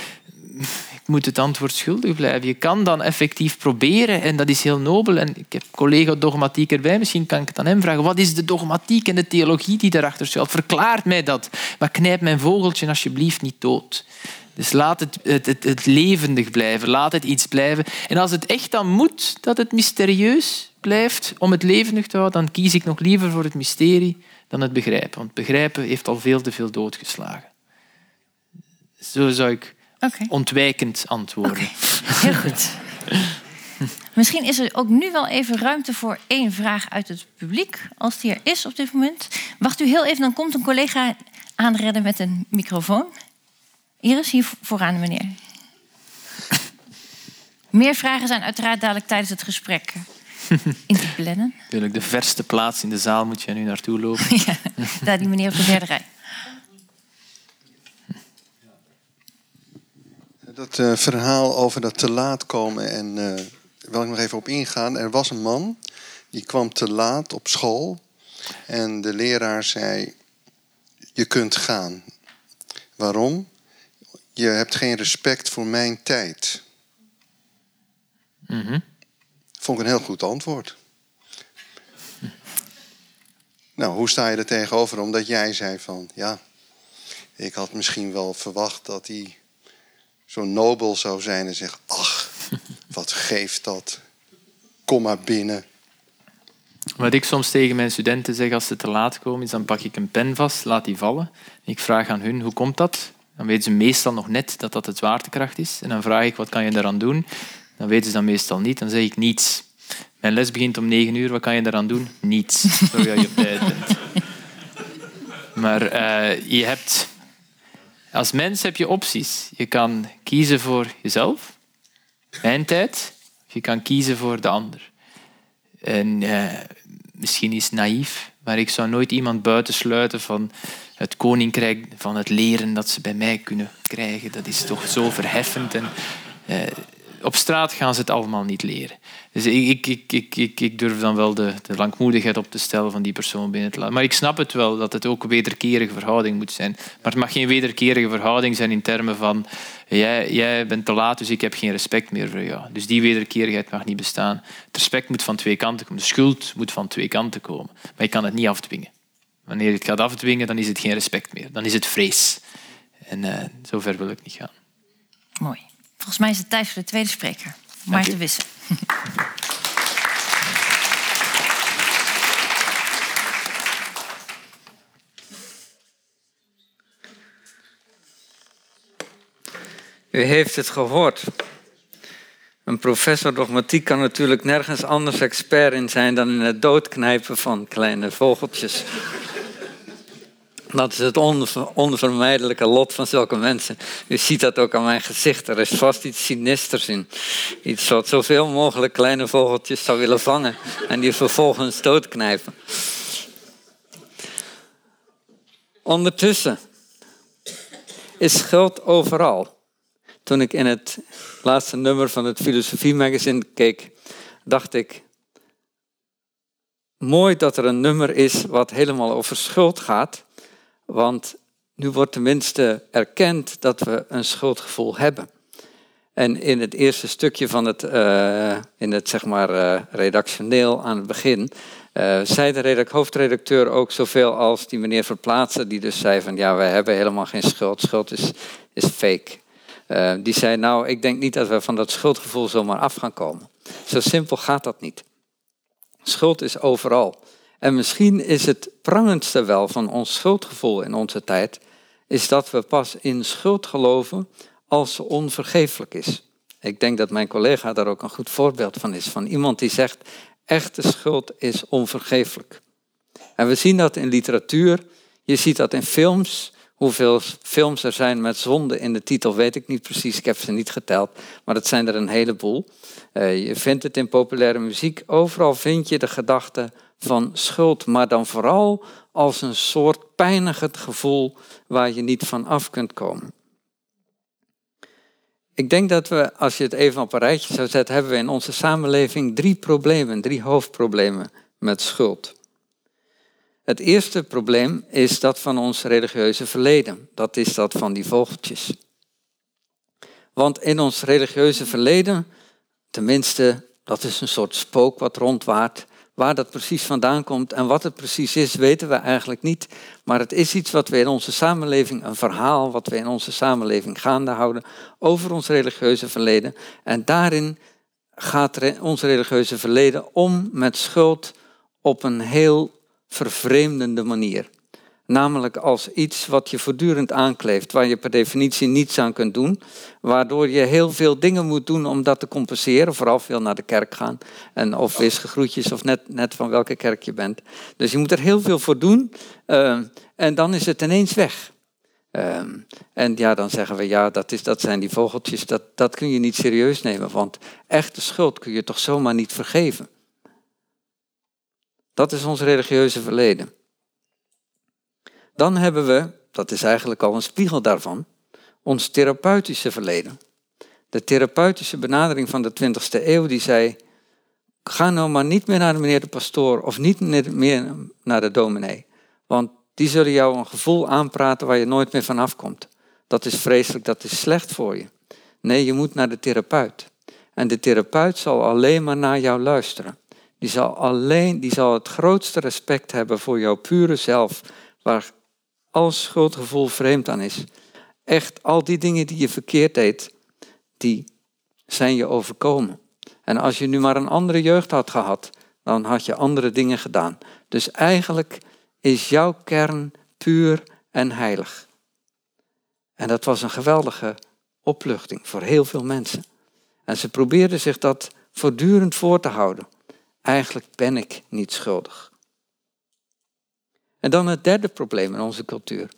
Ik moet het antwoord schuldig blijven. Je kan dan effectief proberen en dat is heel nobel. En ik heb collega dogmatiek erbij, misschien kan ik het aan hem vragen. Wat is de dogmatiek en de theologie die daarachter schuilt? Verklaart mij dat. Maar knijp mijn vogeltje alsjeblieft niet dood. Dus laat het, het, het, het levendig blijven. Laat het iets blijven. En als het echt dan moet dat het mysterieus blijft om het levendig te houden, dan kies ik nog liever voor het mysterie dan het begrijpen. Want begrijpen heeft al veel te veel doodgeslagen. Zo zou ik okay. ontwijkend antwoorden. Okay.
Heel goed. Misschien is er ook nu wel even ruimte voor één vraag uit het publiek, als die er is op dit moment. Wacht u heel even, dan komt een collega aanrennen met een microfoon. Iris, hier vooraan, meneer. Meer vragen zijn uiteraard dadelijk tijdens het gesprek in te plannen.
Natuurlijk, de verste plaats in de zaal moet je nu naartoe lopen.
Ja, daar die meneer op de derde rij.
Dat uh, verhaal over dat te laat komen en uh, wil ik nog even op ingaan. Er was een man die kwam te laat op school en de leraar zei: je kunt gaan. Waarom? Je hebt geen respect voor mijn tijd.
Mm-hmm.
Vond ik een heel goed antwoord. Nou, hoe sta je er tegenover? Omdat jij zei van, ja, ik had misschien wel verwacht dat hij zo nobel zou zijn en zegt, ach, wat geeft dat? Kom maar binnen.
Wat ik soms tegen mijn studenten zeg als ze te laat komen, is dan pak ik een pen vast, laat die vallen. Ik vraag aan hun, hoe komt dat? Dan weten ze meestal nog net dat dat de zwaartekracht is. En dan vraag ik, wat kan je daaraan doen? Dan weten ze dat meestal niet. Dan zeg ik, niets. Mijn les begint om negen uur, wat kan je daaraan doen? Niets. Zo je op tijd bent. Maar uh, je hebt... Als mens heb je opties. Je kan kiezen voor jezelf, mijn tijd, of je kan kiezen voor de ander. En uh, misschien is het naïef, maar ik zou nooit iemand buitensluiten van het koninkrijk van het leren dat ze bij mij kunnen krijgen. Dat is toch zo verheffend. En, uh, op straat gaan ze het allemaal niet leren. Dus ik, ik, ik, ik, ik durf dan wel de, de langmoedigheid op te stellen van die persoon binnen te laten. Maar ik snap het wel dat het ook een wederkerige verhouding moet zijn. Maar het mag geen wederkerige verhouding zijn in termen van jij, jij bent te laat, dus ik heb geen respect meer voor jou. Dus die wederkerigheid mag niet bestaan. Het respect moet van twee kanten komen. De schuld moet van twee kanten komen. Maar je kan het niet afdwingen. Wanneer je het gaat afdwingen, dan is het geen respect meer. Dan is het vrees. En uh, zo ver wil ik niet gaan.
Mooi. Volgens mij is het tijd voor de tweede spreker. Maarten Wisse.
U heeft het gehoord. Een professor dogmatiek kan natuurlijk nergens anders expert in zijn dan in het doodknijpen van kleine vogeltjes. Dat is het onvermijdelijke lot van zulke mensen. U ziet dat ook aan mijn gezicht. Er is vast iets sinisters in. Iets wat zoveel mogelijk kleine vogeltjes zou willen vangen en die vervolgens doodknijpen. Ondertussen is schuld overal. Toen ik in het laatste nummer van het Filosofie Magazine keek, dacht ik, mooi dat er een nummer is wat helemaal over schuld gaat. Want nu wordt tenminste erkend dat we een schuldgevoel hebben. En in het eerste stukje van het, uh, in het zeg maar, uh, redactioneel aan het begin, uh, zei de redac- hoofdredacteur ook zoveel als die meneer Verplaatsen, die dus zei van ja, wij hebben helemaal geen schuld. Schuld is, is fake. Uh, die zei nou, ik denk niet dat we van dat schuldgevoel zomaar af gaan komen. Zo simpel gaat dat niet. Schuld is overal. En misschien is het prangendste wel van ons schuldgevoel in onze tijd, is dat we pas in schuld geloven als ze onvergeeflijk is. Ik denk dat mijn collega daar ook een goed voorbeeld van is. Van iemand die zegt, echte schuld is onvergeeflijk. En we zien dat in literatuur, je ziet dat in films. Hoeveel films er zijn met zonde in de titel weet ik niet precies, ik heb ze niet geteld. Maar dat zijn er een heleboel. Uh, je vindt het in populaire muziek, overal vind je de gedachte van schuld, maar dan vooral als een soort pijnigend gevoel waar je niet van af kunt komen. Ik denk dat we, als je het even op een rijtje zou zetten, hebben we in onze samenleving drie problemen, drie hoofdproblemen met schuld. Het eerste probleem is dat van ons religieuze verleden. Dat is dat van die vogeltjes. Want in ons religieuze verleden, tenminste, dat is een soort spook wat rondwaart, Waar dat precies vandaan komt en wat het precies is, weten we eigenlijk niet. Maar het is iets wat we in onze samenleving, een verhaal wat we in onze samenleving gaande houden over ons religieuze verleden. En daarin gaat ons religieuze verleden om met schuld op een heel vervreemdende manier. Namelijk als iets wat je voortdurend aankleeft, waar je per definitie niets aan kunt doen. Waardoor je heel veel dingen moet doen om dat te compenseren. Vooral veel naar de kerk gaan. En of wisgegroetjes of net, net van welke kerk je bent. Dus je moet er heel veel voor doen. Uh, en dan is het ineens weg. Uh, en ja, dan zeggen we, ja, dat, is, dat zijn die vogeltjes. Dat, dat kun je niet serieus nemen. Want echte schuld kun je toch zomaar niet vergeven. Dat is ons religieuze verleden. Dan hebben we, dat is eigenlijk al een spiegel daarvan, ons therapeutische verleden. De therapeutische benadering van de twintigste eeuw die zei, ga nou maar niet meer naar de meneer de pastoor of niet meer naar de dominee. Want die zullen jou een gevoel aanpraten waar je nooit meer van afkomt. Dat is vreselijk, dat is slecht voor je. Nee, je moet naar de therapeut. En de therapeut zal alleen maar naar jou luisteren. Die zal, alleen, die zal het grootste respect hebben voor jouw pure zelf, waar al schuldgevoel vreemd aan is. Echt, al die dingen die je verkeerd deed, die zijn je overkomen. En als je nu maar een andere jeugd had gehad, dan had je andere dingen gedaan. Dus eigenlijk is jouw kern puur en heilig. En dat was een geweldige opluchting voor heel veel mensen. En ze probeerden zich dat voortdurend voor te houden. Eigenlijk ben ik niet schuldig. En dan het derde probleem in onze cultuur.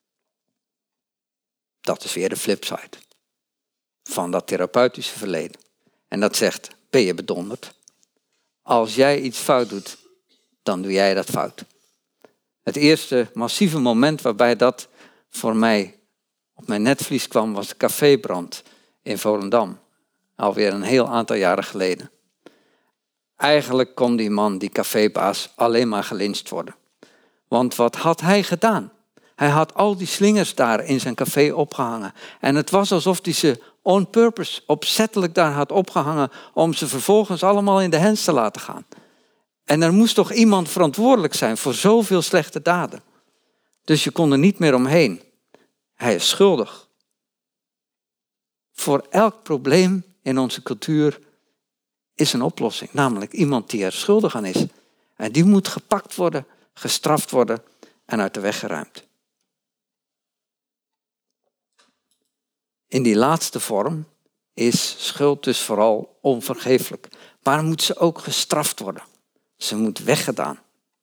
Dat is weer de flipside van dat therapeutische verleden. En dat zegt, ben je bedonderd? Als jij iets fout doet, dan doe jij dat fout. Het eerste massieve moment waarbij dat voor mij op mijn netvlies kwam, was de cafébrand in Volendam. Alweer een heel aantal jaren geleden. Eigenlijk kon die man, die cafébaas, alleen maar gelyncht worden. Want wat had hij gedaan? Hij had al die slingers daar in zijn café opgehangen. En het was alsof hij ze on purpose, opzettelijk daar had opgehangen, om ze vervolgens allemaal in de hens te laten gaan. En er moest toch iemand verantwoordelijk zijn voor zoveel slechte daden. Dus je kon er niet meer omheen. Hij is schuldig. Voor elk probleem in onze cultuur is een oplossing. Namelijk iemand die er schuldig aan is. En die moet gepakt worden, gestraft worden en uit de weg geruimd. In die laatste vorm is schuld dus vooral onvergeeflijk. Maar moet ze ook gestraft worden. Ze moet weggedaan.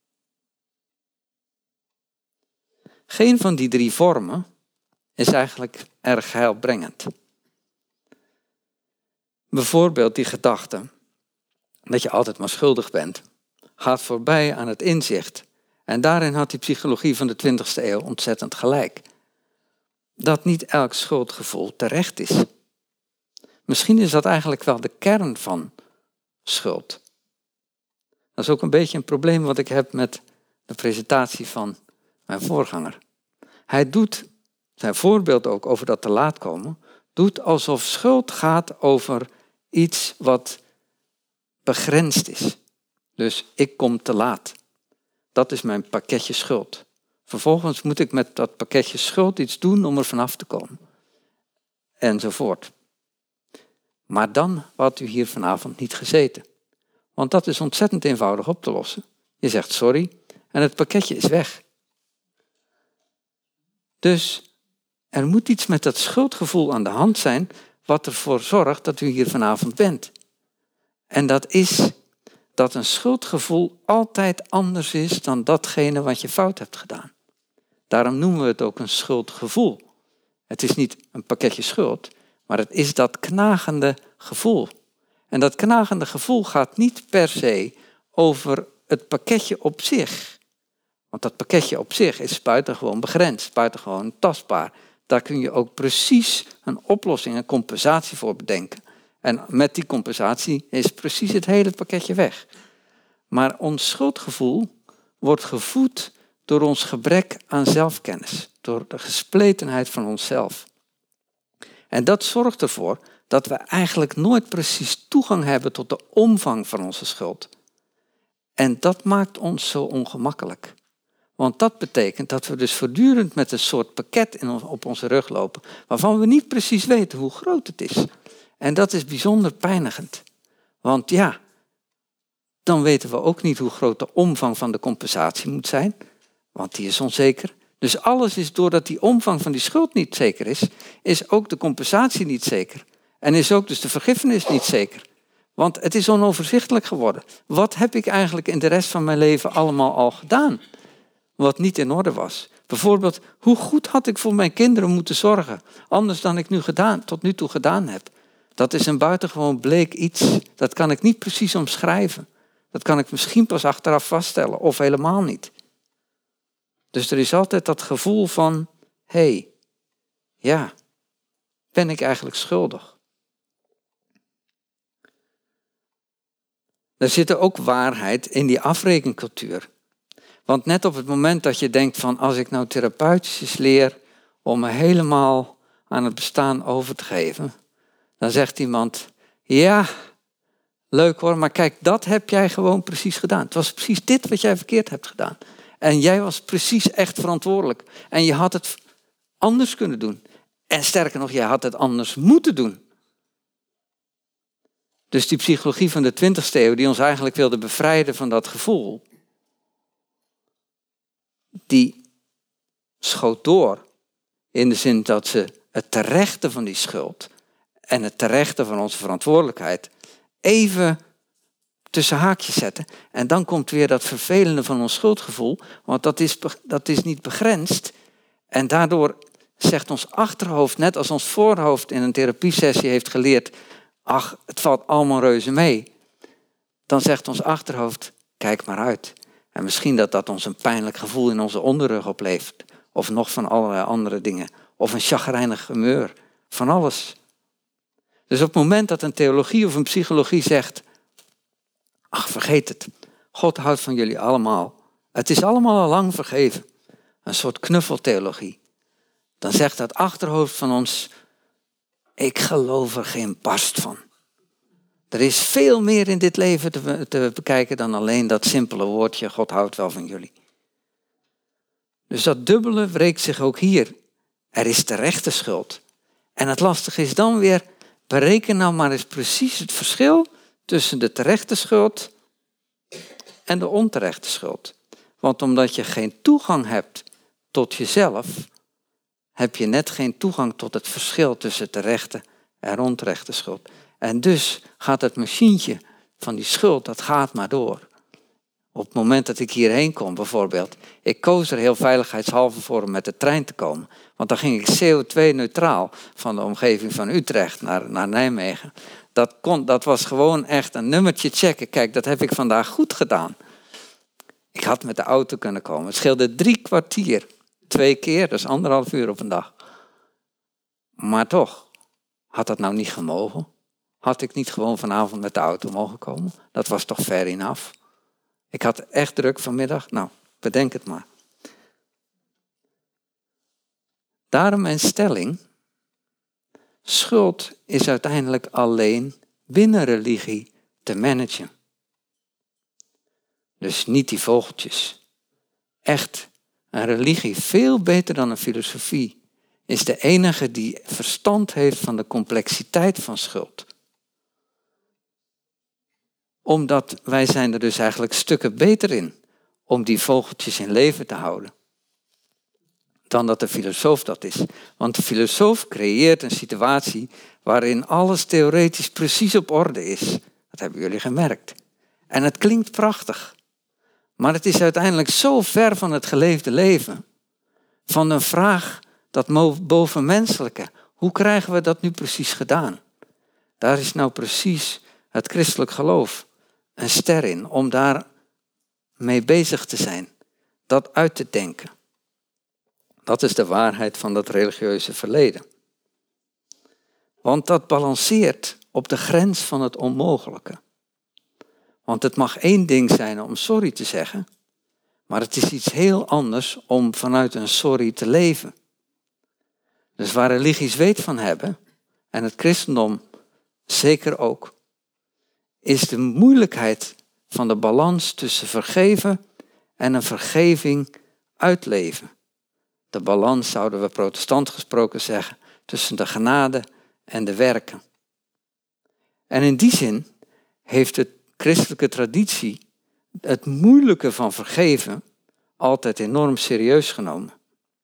Geen van die drie vormen is eigenlijk erg heilbrengend. Bijvoorbeeld die gedachte dat je altijd maar schuldig bent, gaat voorbij aan het inzicht. En daarin had die psychologie van de twintigste eeuw ontzettend gelijk. Dat niet elk schuldgevoel terecht is. Misschien is dat eigenlijk wel de kern van schuld. Dat is ook een beetje een probleem wat ik heb met de presentatie van mijn voorganger. Hij doet, zijn voorbeeld ook over dat te laat komen, doet alsof schuld gaat over iets wat begrensd is. Dus ik kom te laat. Dat is mijn pakketje schuld. Vervolgens moet ik met dat pakketje schuld iets doen om er vanaf te komen. Enzovoort. Maar dan had u hier vanavond niet gezeten. Want dat is ontzettend eenvoudig op te lossen. Je zegt sorry en het pakketje is weg. Dus er moet iets met dat schuldgevoel aan de hand zijn wat ervoor zorgt dat u hier vanavond bent. En dat is dat een schuldgevoel altijd anders is dan datgene wat je fout hebt gedaan. Daarom noemen we het ook een schuldgevoel. Het is niet een pakketje schuld, maar het is dat knagende gevoel. En dat knagende gevoel gaat niet per se over het pakketje op zich. Want dat pakketje op zich is buitengewoon begrensd, buitengewoon tastbaar. Daar kun je ook precies een oplossing, een compensatie voor bedenken. En met die compensatie is precies het hele pakketje weg. Maar ons schuldgevoel wordt gevoed door ons gebrek aan zelfkennis. Door de gespletenheid van onszelf. En dat zorgt ervoor dat we eigenlijk nooit precies toegang hebben tot de omvang van onze schuld. En dat maakt ons zo ongemakkelijk. Want dat betekent dat we dus voortdurend met een soort pakket in ons, op onze rug lopen, waarvan we niet precies weten hoe groot het is. En dat is bijzonder pijnigend. Want ja, dan weten we ook niet hoe groot de omvang van de compensatie moet zijn, want die is onzeker. Dus alles is, doordat die omvang van die schuld niet zeker is, is ook de compensatie niet zeker. En is ook dus de vergiffenis niet zeker. Want het is onoverzichtelijk geworden. Wat heb ik eigenlijk in de rest van mijn leven allemaal al gedaan? Wat niet in orde was. Bijvoorbeeld, hoe goed had ik voor mijn kinderen moeten zorgen? Anders dan ik nu gedaan, tot nu toe gedaan heb. Dat is een buitengewoon bleek iets. Dat kan ik niet precies omschrijven. Dat kan ik misschien pas achteraf vaststellen. Of helemaal niet. Dus er is altijd dat gevoel van, hé, hey, ja, ben ik eigenlijk schuldig? Er zit ook waarheid in die afrekencultuur. Want net op het moment dat je denkt van, als ik nou therapeutisch leer om me helemaal aan het bestaan over te geven, dan zegt iemand, ja, leuk hoor, maar kijk, dat heb jij gewoon precies gedaan. Het was precies dit wat jij verkeerd hebt gedaan. En jij was precies echt verantwoordelijk. En je had het anders kunnen doen. En sterker nog, jij had het anders moeten doen. Dus die psychologie van de twintigste eeuw, die ons eigenlijk wilde bevrijden van dat gevoel, die schoot door in de zin dat ze het terechte van die schuld en het terechte van onze verantwoordelijkheid even tussen haakjes zetten. En dan komt weer dat vervelende van ons schuldgevoel, want dat is, dat is niet begrensd. En daardoor zegt ons achterhoofd, net als ons voorhoofd in een therapiesessie heeft geleerd, ach, het valt allemaal reuze mee. Dan zegt ons achterhoofd, kijk maar uit. En misschien dat dat ons een pijnlijk gevoel in onze onderrug oplevert. Of nog van allerlei andere dingen. Of een chagrijnig humeur. Van alles. Dus op het moment dat een theologie of een psychologie zegt, ach, vergeet het. God houdt van jullie allemaal. Het is allemaal al lang vergeven. Een soort knuffeltheologie. Dan zegt dat achterhoofd van ons, ik geloof er geen barst van. Er is veel meer in dit leven te, te bekijken dan alleen dat simpele woordje, God houdt wel van jullie. Dus dat dubbele wreekt zich ook hier. Er is terechte schuld. En het lastige is dan weer, bereken nou maar eens precies het verschil tussen de terechte schuld en de onterechte schuld. Want omdat je geen toegang hebt tot jezelf, heb je net geen toegang tot het verschil tussen terechte en onterechte schuld. En dus gaat het machientje van die schuld, dat gaat maar door. Op het moment dat ik hierheen kom bijvoorbeeld, ik koos er heel veiligheidshalve voor om met de trein te komen. Want dan ging ik C O twee neutraal van de omgeving van Utrecht naar, naar Nijmegen. Dat, kon, dat was gewoon echt een nummertje checken. Kijk, dat heb ik vandaag goed gedaan. Ik had met de auto kunnen komen. Het scheelde drie kwartier. Twee keer, dat is anderhalf uur op een dag. Maar toch, had dat nou niet gemogen? Had ik niet gewoon vanavond met de auto mogen komen? Dat was toch fair enough? Ik had echt druk vanmiddag. Nou, bedenk het maar. Daarom mijn stelling. Schuld is uiteindelijk alleen binnen religie te managen. Dus niet die vogeltjes. Echt, een religie veel beter dan een filosofie is de enige die verstand heeft van de complexiteit van schuld. Omdat wij zijn er dus eigenlijk stukken beter in om die vogeltjes in leven te houden. Dan dat de filosoof dat is. Want de filosoof creëert een situatie waarin alles theoretisch precies op orde is. Dat hebben jullie gemerkt. En het klinkt prachtig. Maar het is uiteindelijk zo ver van het geleefde leven. Van een vraag, dat bovenmenselijke. Hoe krijgen we dat nu precies gedaan? Daar is nou precies het christelijk geloof een ster in. Om daar mee bezig te zijn. Dat uit te denken. Dat is de waarheid van dat religieuze verleden. Want dat balanceert op de grens van het onmogelijke. Want het mag één ding zijn om sorry te zeggen, maar het is iets heel anders om vanuit een sorry te leven. Dus waar religies weet van hebben, en het christendom zeker ook, is de moeilijkheid van de balans tussen vergeven en een vergeving uitleven. De balans, zouden we protestant gesproken zeggen, tussen de genade en de werken. En in die zin heeft de christelijke traditie het moeilijke van vergeven altijd enorm serieus genomen.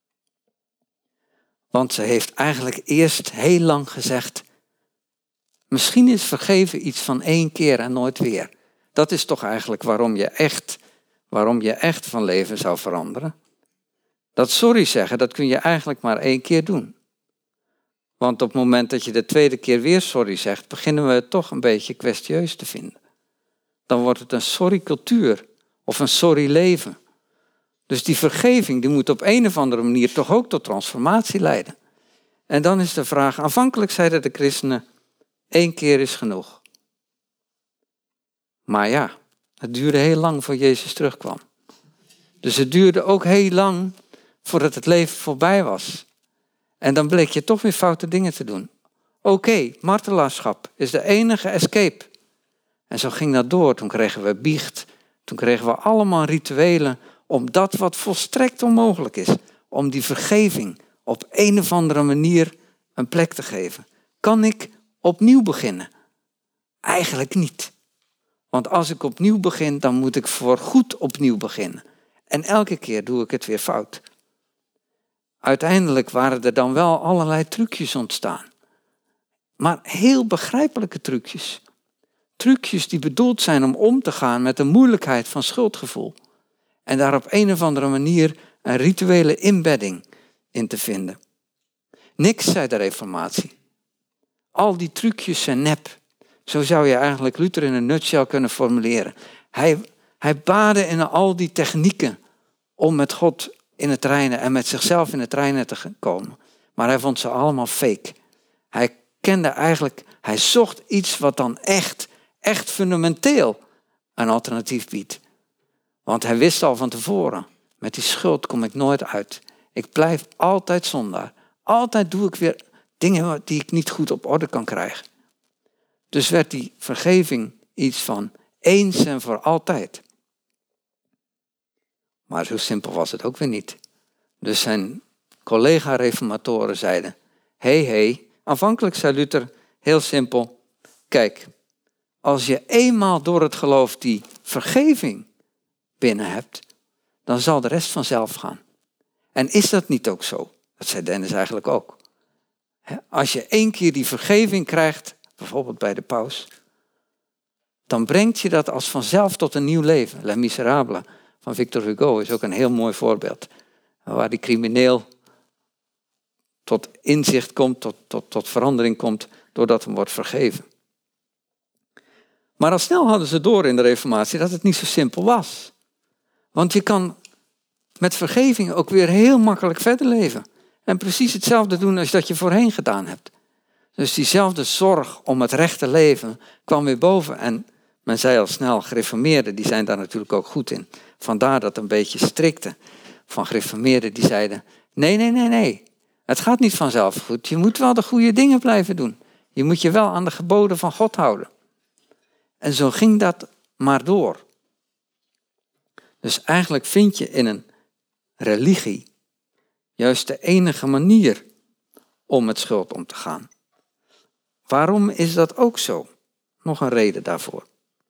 Want ze heeft eigenlijk eerst heel lang gezegd, misschien is vergeven iets van één keer en nooit weer. Dat is toch eigenlijk waarom je echt, waarom je echt van leven zou veranderen. Dat sorry zeggen, dat kun je eigenlijk maar één keer doen. Want op het moment dat je de tweede keer weer sorry zegt, beginnen we het toch een beetje kwestieus te vinden. Dan wordt het een sorry cultuur of een sorry leven. Dus die vergeving die moet op een of andere manier toch ook tot transformatie leiden. En dan is de vraag, aanvankelijk zeiden de christenen, één keer is genoeg. Maar ja, het duurde heel lang voor Jezus terugkwam. Dus het duurde ook heel lang voordat het leven voorbij was. En dan bleek je toch weer foute dingen te doen. Oké, okay, martelaarschap is de enige escape. En zo ging dat door. Toen kregen we biecht. Toen kregen we allemaal rituelen om dat wat volstrekt onmogelijk is. Om die vergeving op een of andere manier een plek te geven. Kan ik opnieuw beginnen? Eigenlijk niet. Want als ik opnieuw begin, dan moet ik voorgoed opnieuw beginnen. En elke keer doe ik het weer fout. Uiteindelijk waren er dan wel allerlei trucjes ontstaan. Maar heel begrijpelijke trucjes. Trucjes die bedoeld zijn om om te gaan met de moeilijkheid van schuldgevoel. En daar op een of andere manier een rituele inbedding in te vinden. Niks, zei de Reformatie. Al die trucjes zijn nep. Zo zou je eigenlijk Luther in een nutshell kunnen formuleren. Hij, hij baadde in al die technieken om met God in het reinen en met zichzelf in het reinen te komen. Maar hij vond ze allemaal fake. Hij kende eigenlijk, hij zocht iets wat dan echt, echt fundamenteel een alternatief biedt. Want hij wist al van tevoren, met die schuld kom ik nooit uit. Ik blijf altijd zondaar. Altijd doe ik weer dingen die ik niet goed op orde kan krijgen. Dus werd die vergeving iets van eens en voor altijd. Maar zo simpel was het ook weer niet. Dus zijn collega-reformatoren zeiden, hé, hey, hé, hey. Aanvankelijk zei Luther heel simpel, kijk, als je eenmaal door het geloof die vergeving binnen hebt, dan zal de rest vanzelf gaan. En is dat niet ook zo? Dat zei Dennis eigenlijk ook. Als je één keer die vergeving krijgt, bijvoorbeeld bij de paus, dan brengt je dat als vanzelf tot een nieuw leven. Les Miserables van Victor Hugo is ook een heel mooi voorbeeld. Waar die crimineel tot inzicht komt, tot, tot, tot verandering komt, doordat hem wordt vergeven. Maar al snel hadden ze door in de Reformatie dat het niet zo simpel was. Want je kan met vergeving ook weer heel makkelijk verder leven. En precies hetzelfde doen als dat je voorheen gedaan hebt. Dus diezelfde zorg om het rechte leven kwam weer boven. En men zei al snel, gereformeerden, die zijn daar natuurlijk ook goed in. Vandaar dat een beetje strikte van gereformeerden die zeiden, nee, nee, nee, nee. Het gaat niet vanzelf goed. Je moet wel de goede dingen blijven doen. Je moet je wel aan de geboden van God houden. En zo ging dat maar door. Dus eigenlijk vind je in een religie juist de enige manier om met schuld om te gaan. Waarom is dat ook zo? Nog een reden daarvoor.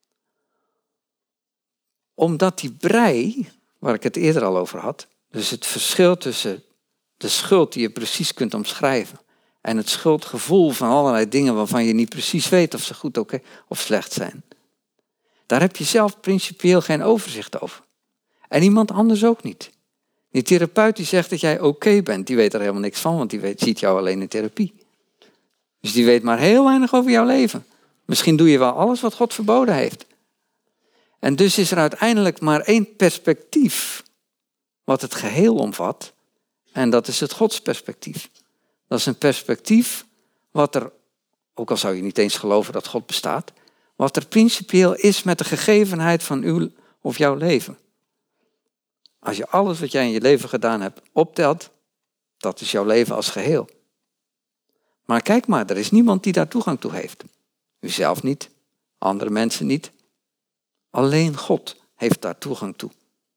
Omdat die brei, waar ik het eerder al over had, dus het verschil tussen de schuld die je precies kunt omschrijven en het schuldgevoel van allerlei dingen waarvan je niet precies weet of ze goed okay, of slecht zijn. Daar heb je zelf principieel geen overzicht over. En iemand anders ook niet. Die therapeut die zegt dat jij oké okay bent, die weet er helemaal niks van, want die weet, ziet jou alleen in therapie. Dus die weet maar heel weinig over jouw leven. Misschien doe je wel alles wat God verboden heeft. En dus is er uiteindelijk maar één perspectief wat het geheel omvat. En dat is het godsperspectief. Dat is een perspectief wat er, ook al zou je niet eens geloven dat God bestaat, wat er principieel is met de gegevenheid van uw of jouw leven. Als je alles wat jij in je leven gedaan hebt optelt, dat is jouw leven als geheel. Maar kijk maar, er is niemand die daar toegang toe heeft. U zelf niet, andere mensen niet. Alleen God heeft daar toegang toe.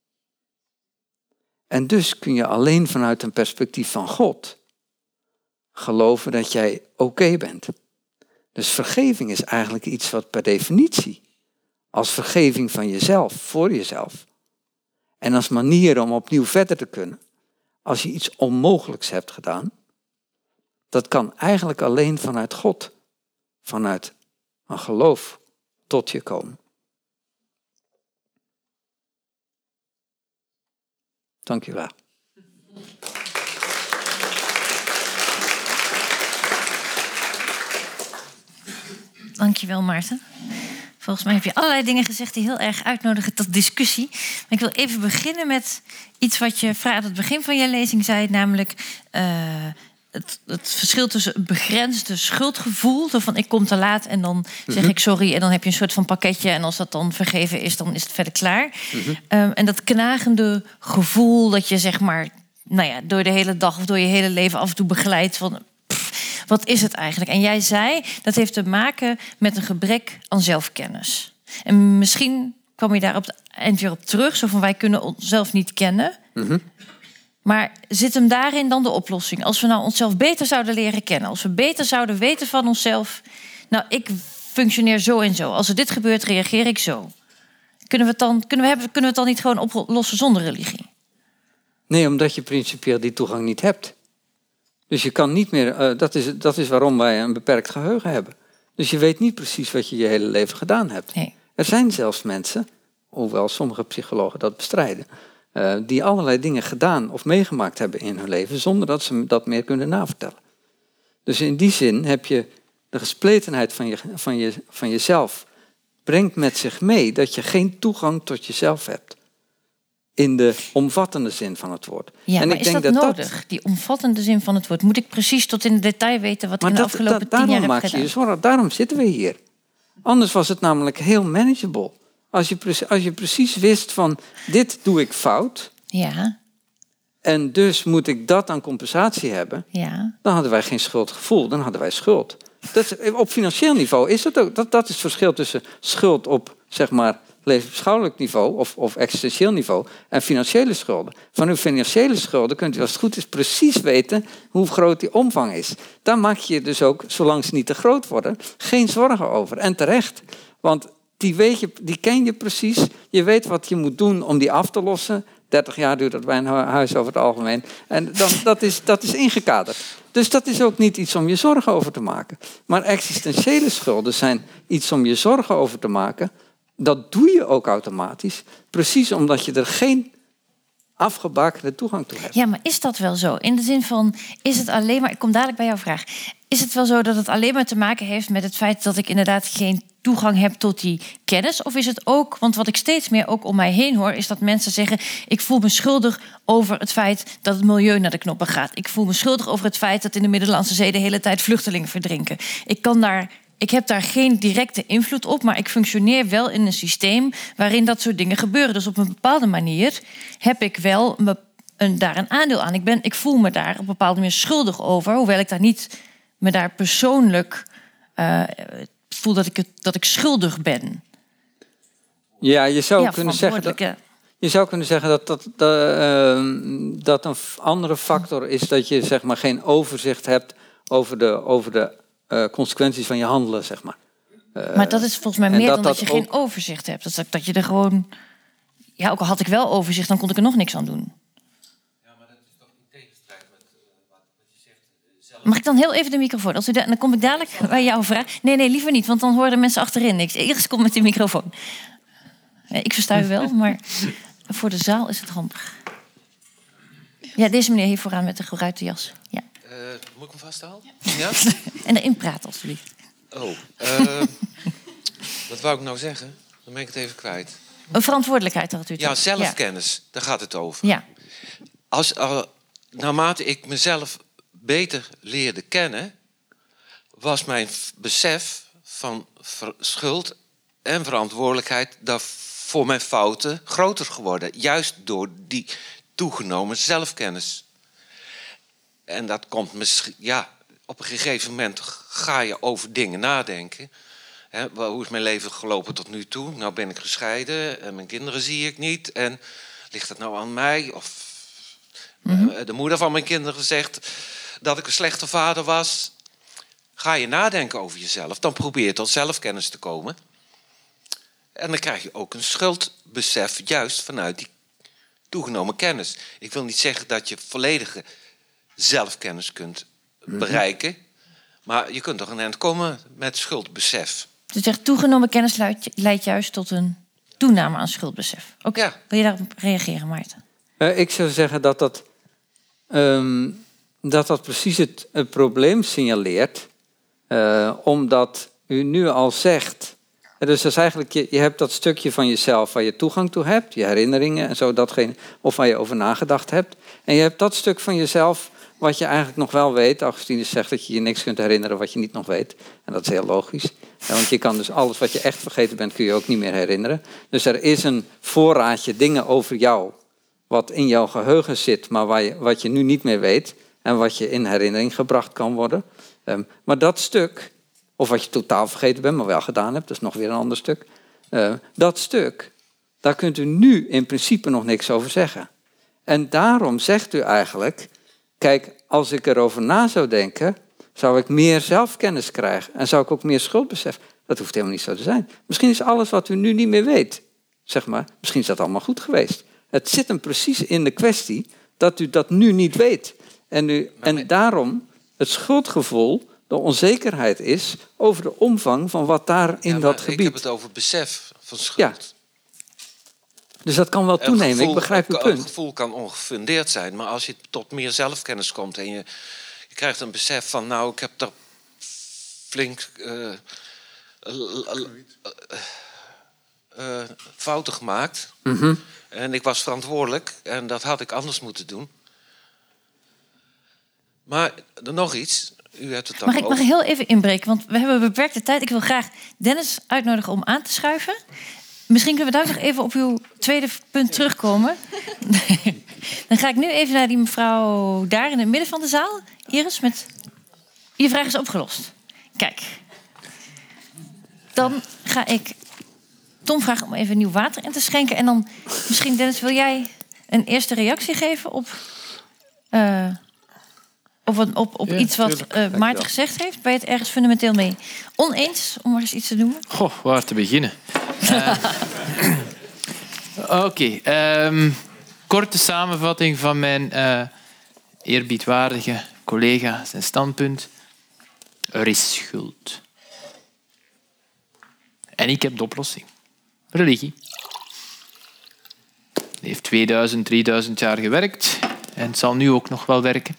En dus kun je alleen vanuit een perspectief van God geloven dat jij oké bent. Dus vergeving is eigenlijk iets wat per definitie als vergeving van jezelf, voor jezelf. En als manier om opnieuw verder te kunnen. Als je iets onmogelijks hebt gedaan, dat kan eigenlijk alleen vanuit God, vanuit een geloof tot je komen. Dank je wel.
Dankjewel, Maarten. Volgens mij heb je allerlei dingen gezegd die heel erg uitnodigen tot discussie. Maar ik wil even beginnen met iets wat je vrij aan het begin van je lezing zei, namelijk uh, het, het verschil tussen een begrensde schuldgevoel, zo van ik kom te laat en dan zeg mm-hmm. ik sorry en dan heb je een soort van pakketje en als dat dan vergeven is, dan is het verder klaar. Mm-hmm. Um, en dat knagende gevoel dat je zeg maar, nou ja, door de hele dag of door je hele leven af en toe begeleidt van pff, wat is het eigenlijk? En jij zei dat heeft te maken met een gebrek aan zelfkennis. En misschien kwam je daar op het eind weer op terug, zo van wij kunnen onszelf niet kennen. Mm-hmm. Maar zit hem daarin dan de oplossing? Als we nou onszelf beter zouden leren kennen, als we beter zouden weten van onszelf, nou, ik functioneer zo en zo. Als er dit gebeurt, reageer ik zo. Kunnen we het dan, kunnen we, hebben, kunnen we het dan niet gewoon oplossen zonder religie?
Nee, omdat je principieel die toegang niet hebt. Dus je kan niet meer, uh, dat, is, dat is waarom wij een beperkt geheugen hebben. Dus je weet niet precies wat je je hele leven gedaan hebt. Nee. Er zijn zelfs mensen, hoewel sommige psychologen dat bestrijden, Uh, die allerlei dingen gedaan of meegemaakt hebben in hun leven, zonder dat ze dat meer kunnen navertellen. Dus in die zin heb je de gespletenheid van, je, van, je, van jezelf, brengt met zich mee dat je geen toegang tot jezelf hebt. In de omvattende zin van het woord.
Ja,
en
maar
ik
is
denk
dat,
dat
nodig, dat... die omvattende zin van het woord? Moet ik precies tot in het detail weten wat ik in de
dat,
afgelopen
dat,
tien jaar heb
maak
gedaan?
Je je zorgen, daarom zitten we hier. Anders was het namelijk heel manageable. Als je, als je precies wist van, dit doe ik fout.
Ja.
En dus moet ik dat aan compensatie hebben.
Ja.
Dan hadden wij geen schuldgevoel, dan hadden wij schuld. Dat is, op financieel niveau is dat ook. Dat, dat is het verschil tussen schuld op, zeg maar, levensbeschouwelijk niveau of, of existentieel niveau en financiële schulden. Van uw financiële schulden kunt u als het goed is precies weten hoe groot die omvang is. Daar maak je je dus ook, zolang ze niet te groot worden, geen zorgen over. En terecht, want die, weet je, die ken je precies. Je weet wat je moet doen om die af te lossen. dertig jaar duurt dat bij een huis over het algemeen. En dan, dat, is, dat is ingekaderd. Dus dat is ook niet iets om je zorgen over te maken. Maar existentiële schulden zijn iets om je zorgen over te maken. Dat doe je ook automatisch. Precies omdat je er geen afgebakende toegang toe hebt.
Ja, maar is dat wel zo? In de zin van, is het alleen maar... Ik kom dadelijk bij jouw vraag. Is het wel zo dat het alleen maar te maken heeft met het feit dat ik inderdaad geen toegang heb tot die kennis? Of is het ook, want wat ik steeds meer ook om mij heen hoor, is dat mensen zeggen, ik voel me schuldig over het feit dat het milieu naar de knoppen gaat. Ik voel me schuldig over het feit dat in de Middellandse Zee de hele tijd vluchtelingen verdrinken. Ik kan daar... Ik heb daar geen directe invloed op, maar ik functioneer wel in een systeem waarin dat soort dingen gebeuren. Dus op een bepaalde manier heb ik wel een, een, daar een aandeel aan. Ik, ben, ik voel me daar op een bepaalde manier schuldig over, hoewel ik daar niet me daar persoonlijk uh, voel dat ik, het, dat ik schuldig ben.
Ja, je zou ja, kunnen zeggen dat, je zou kunnen zeggen dat dat, dat, uh, dat een andere factor is dat je zeg maar geen overzicht hebt over de over de Uh, consequenties van je handelen, zeg maar. Uh,
maar dat is volgens mij meer dat dan dat, dat je ook... geen overzicht hebt. Dat, dat je er gewoon... Ja, ook al had ik wel overzicht, dan kon ik er nog niks aan doen.
Ja, maar dat is toch in tegenstrijd met uh, wat, wat je zegt uh, zelf...
Mag ik dan heel even de microfoon? Als u da- dan kom ik dadelijk bij jouw vraag. Nee, nee, liever niet, want dan horen mensen achterin niks. Eerst kom met de microfoon. Nee, ik versta u wel, maar voor de zaal is het handig. Ja, deze meneer hier vooraan met de geruite jas. Ja.
Uh, moet ik hem vasthouden?
Ja.
Ja?
En erin praten, alsjeblieft.
Oh, uh, wat wou ik nou zeggen? Dan ben ik het even kwijt.
Een verantwoordelijkheid had u het.
Ja, zelfkennis, ja. Daar gaat het over.
Ja.
Als, uh, naarmate ik mezelf beter leerde kennen, was mijn besef van ver- schuld en verantwoordelijkheid voor mijn fouten groter geworden. Juist door die toegenomen zelfkennis. En dat komt misschien, ja, op een gegeven moment ga je over dingen nadenken. Hè, hoe is mijn leven gelopen tot nu toe? Nou ben ik gescheiden en mijn kinderen zie ik niet. En ligt het nou aan mij? Of mm-hmm. de moeder van mijn kinderen zegt dat ik een slechte vader was. Ga je nadenken over jezelf, dan probeer je tot zelfkennis te komen. En dan krijg je ook een schuldbesef, juist vanuit die toegenomen kennis. Ik wil niet zeggen dat je volledige zelfkennis kunt bereiken, mm-hmm. maar je kunt toch een eind komen met schuldbesef.
Dus zegt toegenomen kennis leidt, leidt juist tot een toename aan schuldbesef. Oké, okay. ja. Wil je daarop reageren, Maarten?
Uh, ik zou zeggen dat dat, um, dat, dat precies het, het probleem signaleert, uh, omdat u nu al zegt. Dus dat is eigenlijk, je, je hebt dat stukje van jezelf waar je toegang toe hebt, je herinneringen en zo, datgene, of waar je over nagedacht hebt. En je hebt dat stuk van jezelf wat je eigenlijk nog wel weet. Augustinus zegt dat je je niks kunt herinneren wat je niet nog weet. En dat is heel logisch. Ja, want je kan dus alles wat je echt vergeten bent, kun je ook niet meer herinneren. Dus er is een voorraadje dingen over jou, wat in jouw geheugen zit, maar waar je, wat je nu niet meer weet. En wat je in herinnering gebracht kan worden. Um, maar dat stuk, of wat je totaal vergeten bent, maar wel gedaan hebt, dat is nog weer een ander stuk. Uh, dat stuk, daar kunt u nu in principe nog niks over zeggen. En daarom zegt u eigenlijk, kijk, als ik erover na zou denken, zou ik meer zelfkennis krijgen. En zou ik ook meer schuldbesef. Dat hoeft helemaal niet zo te zijn. Misschien is alles wat u nu niet meer weet, zeg maar, misschien is dat allemaal goed geweest. Het zit hem precies in de kwestie dat u dat nu niet weet. En, u, en daarom het schuldgevoel, de onzekerheid is over de omvang van wat daar in
ja,
dat gebied.
Ik heb het over besef van schuld.
Ja. Dus dat kan wel toenemen,
gevoel,
ik begrijp uw punt.
Het gevoel kan ongefundeerd zijn, maar als je tot meer zelfkennis komt en je, je krijgt een besef van, nou, ik heb daar flink uh, uh, uh, uh, fouten gemaakt.
Mm-hmm.
En ik was verantwoordelijk en dat had ik anders moeten doen. Maar er nog iets. U hebt het dan
mag ik
over.
mag heel even inbreken, want we hebben beperkte tijd. Ik wil graag Dennis uitnodigen om aan te schuiven. Misschien kunnen we daar nog even op uw tweede punt terugkomen. Dan ga ik nu even naar die mevrouw daar in het midden van de zaal. Iris, met... je vraag is opgelost. Kijk. Dan ga ik Tom vragen om even nieuw water in te schenken. En dan misschien, Dennis, wil jij een eerste reactie geven op... Uh, Op, een, op, op ja, iets wat uh, Maarten gezegd heeft? Ben je het ergens fundamenteel mee oneens, om maar eens iets te noemen?
Goh, waar te beginnen? uh, Oké, okay, um, korte samenvatting van mijn uh, eerbiedwaardige collega, zijn standpunt. Er is schuld. En ik heb de oplossing. Religie. Het heeft tweeduizend, drieduizend jaar gewerkt en het zal nu ook nog wel werken.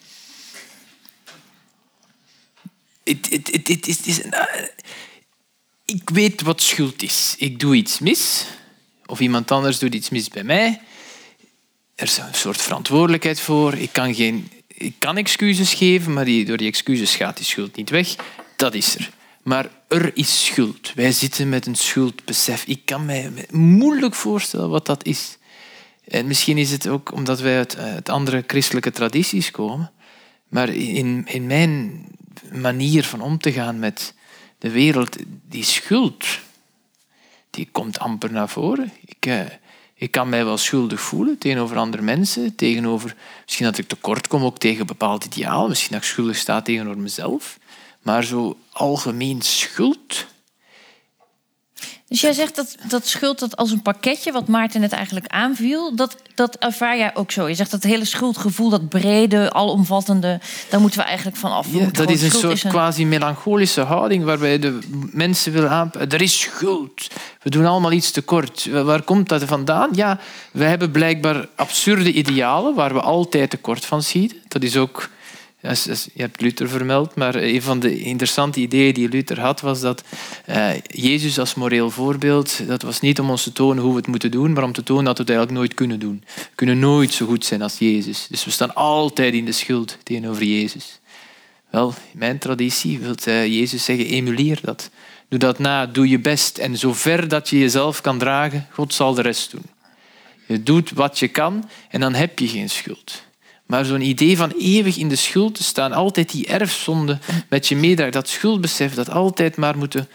Het, het, het, het is, het is, uh, ik weet wat schuld is. Ik doe iets mis, of iemand anders doet iets mis bij mij. Er is een soort verantwoordelijkheid voor. Ik kan, geen, ik kan excuses geven, maar die, door die excuses gaat die schuld niet weg. Dat is er. Maar er is schuld. Wij zitten met een schuldbesef. Ik kan mij moeilijk voorstellen wat dat is. En misschien is het ook omdat wij uit, uit andere christelijke tradities komen. Maar in, in mijn manier van om te gaan met de wereld, die schuld, die komt amper naar voren. Ik, uh, ik kan mij wel schuldig voelen tegenover andere mensen, tegenover, misschien dat ik tekort kom ook tegen een bepaald ideaal, misschien dat ik schuldig sta tegenover mezelf, maar zo algemeen schuld.
Dus jij zegt dat, dat schuld dat als een pakketje, wat Maarten net eigenlijk aanviel, dat, dat ervaar jij ook zo. Je zegt dat hele schuldgevoel, dat brede, alomvattende, daar moeten we eigenlijk van af.
Ja, dat is een soort is een... quasi-melancholische houding waarbij de mensen willen aanpakken. Er is schuld. We doen allemaal iets tekort. Waar komt dat vandaan? Ja, we hebben blijkbaar absurde idealen waar we altijd tekort van schieten. Dat is ook... Je hebt Luther vermeld, maar een van de interessante ideeën die Luther had, was dat uh, Jezus als moreel voorbeeld, dat was niet om ons te tonen hoe we het moeten doen, maar om te tonen dat we het eigenlijk nooit kunnen doen. We kunnen nooit zo goed zijn als Jezus. Dus we staan altijd in de schuld tegenover Jezus. Wel, in mijn traditie wil uh, Jezus zeggen, emuleer dat. Doe dat na, doe je best. En zover dat je jezelf kan dragen, God zal de rest doen. Je doet wat je kan en dan heb je geen schuld. Maar zo'n idee van eeuwig in de schuld te staan, altijd die erfzonde met je meedraagt, dat schuldbesef, dat altijd maar moeten, het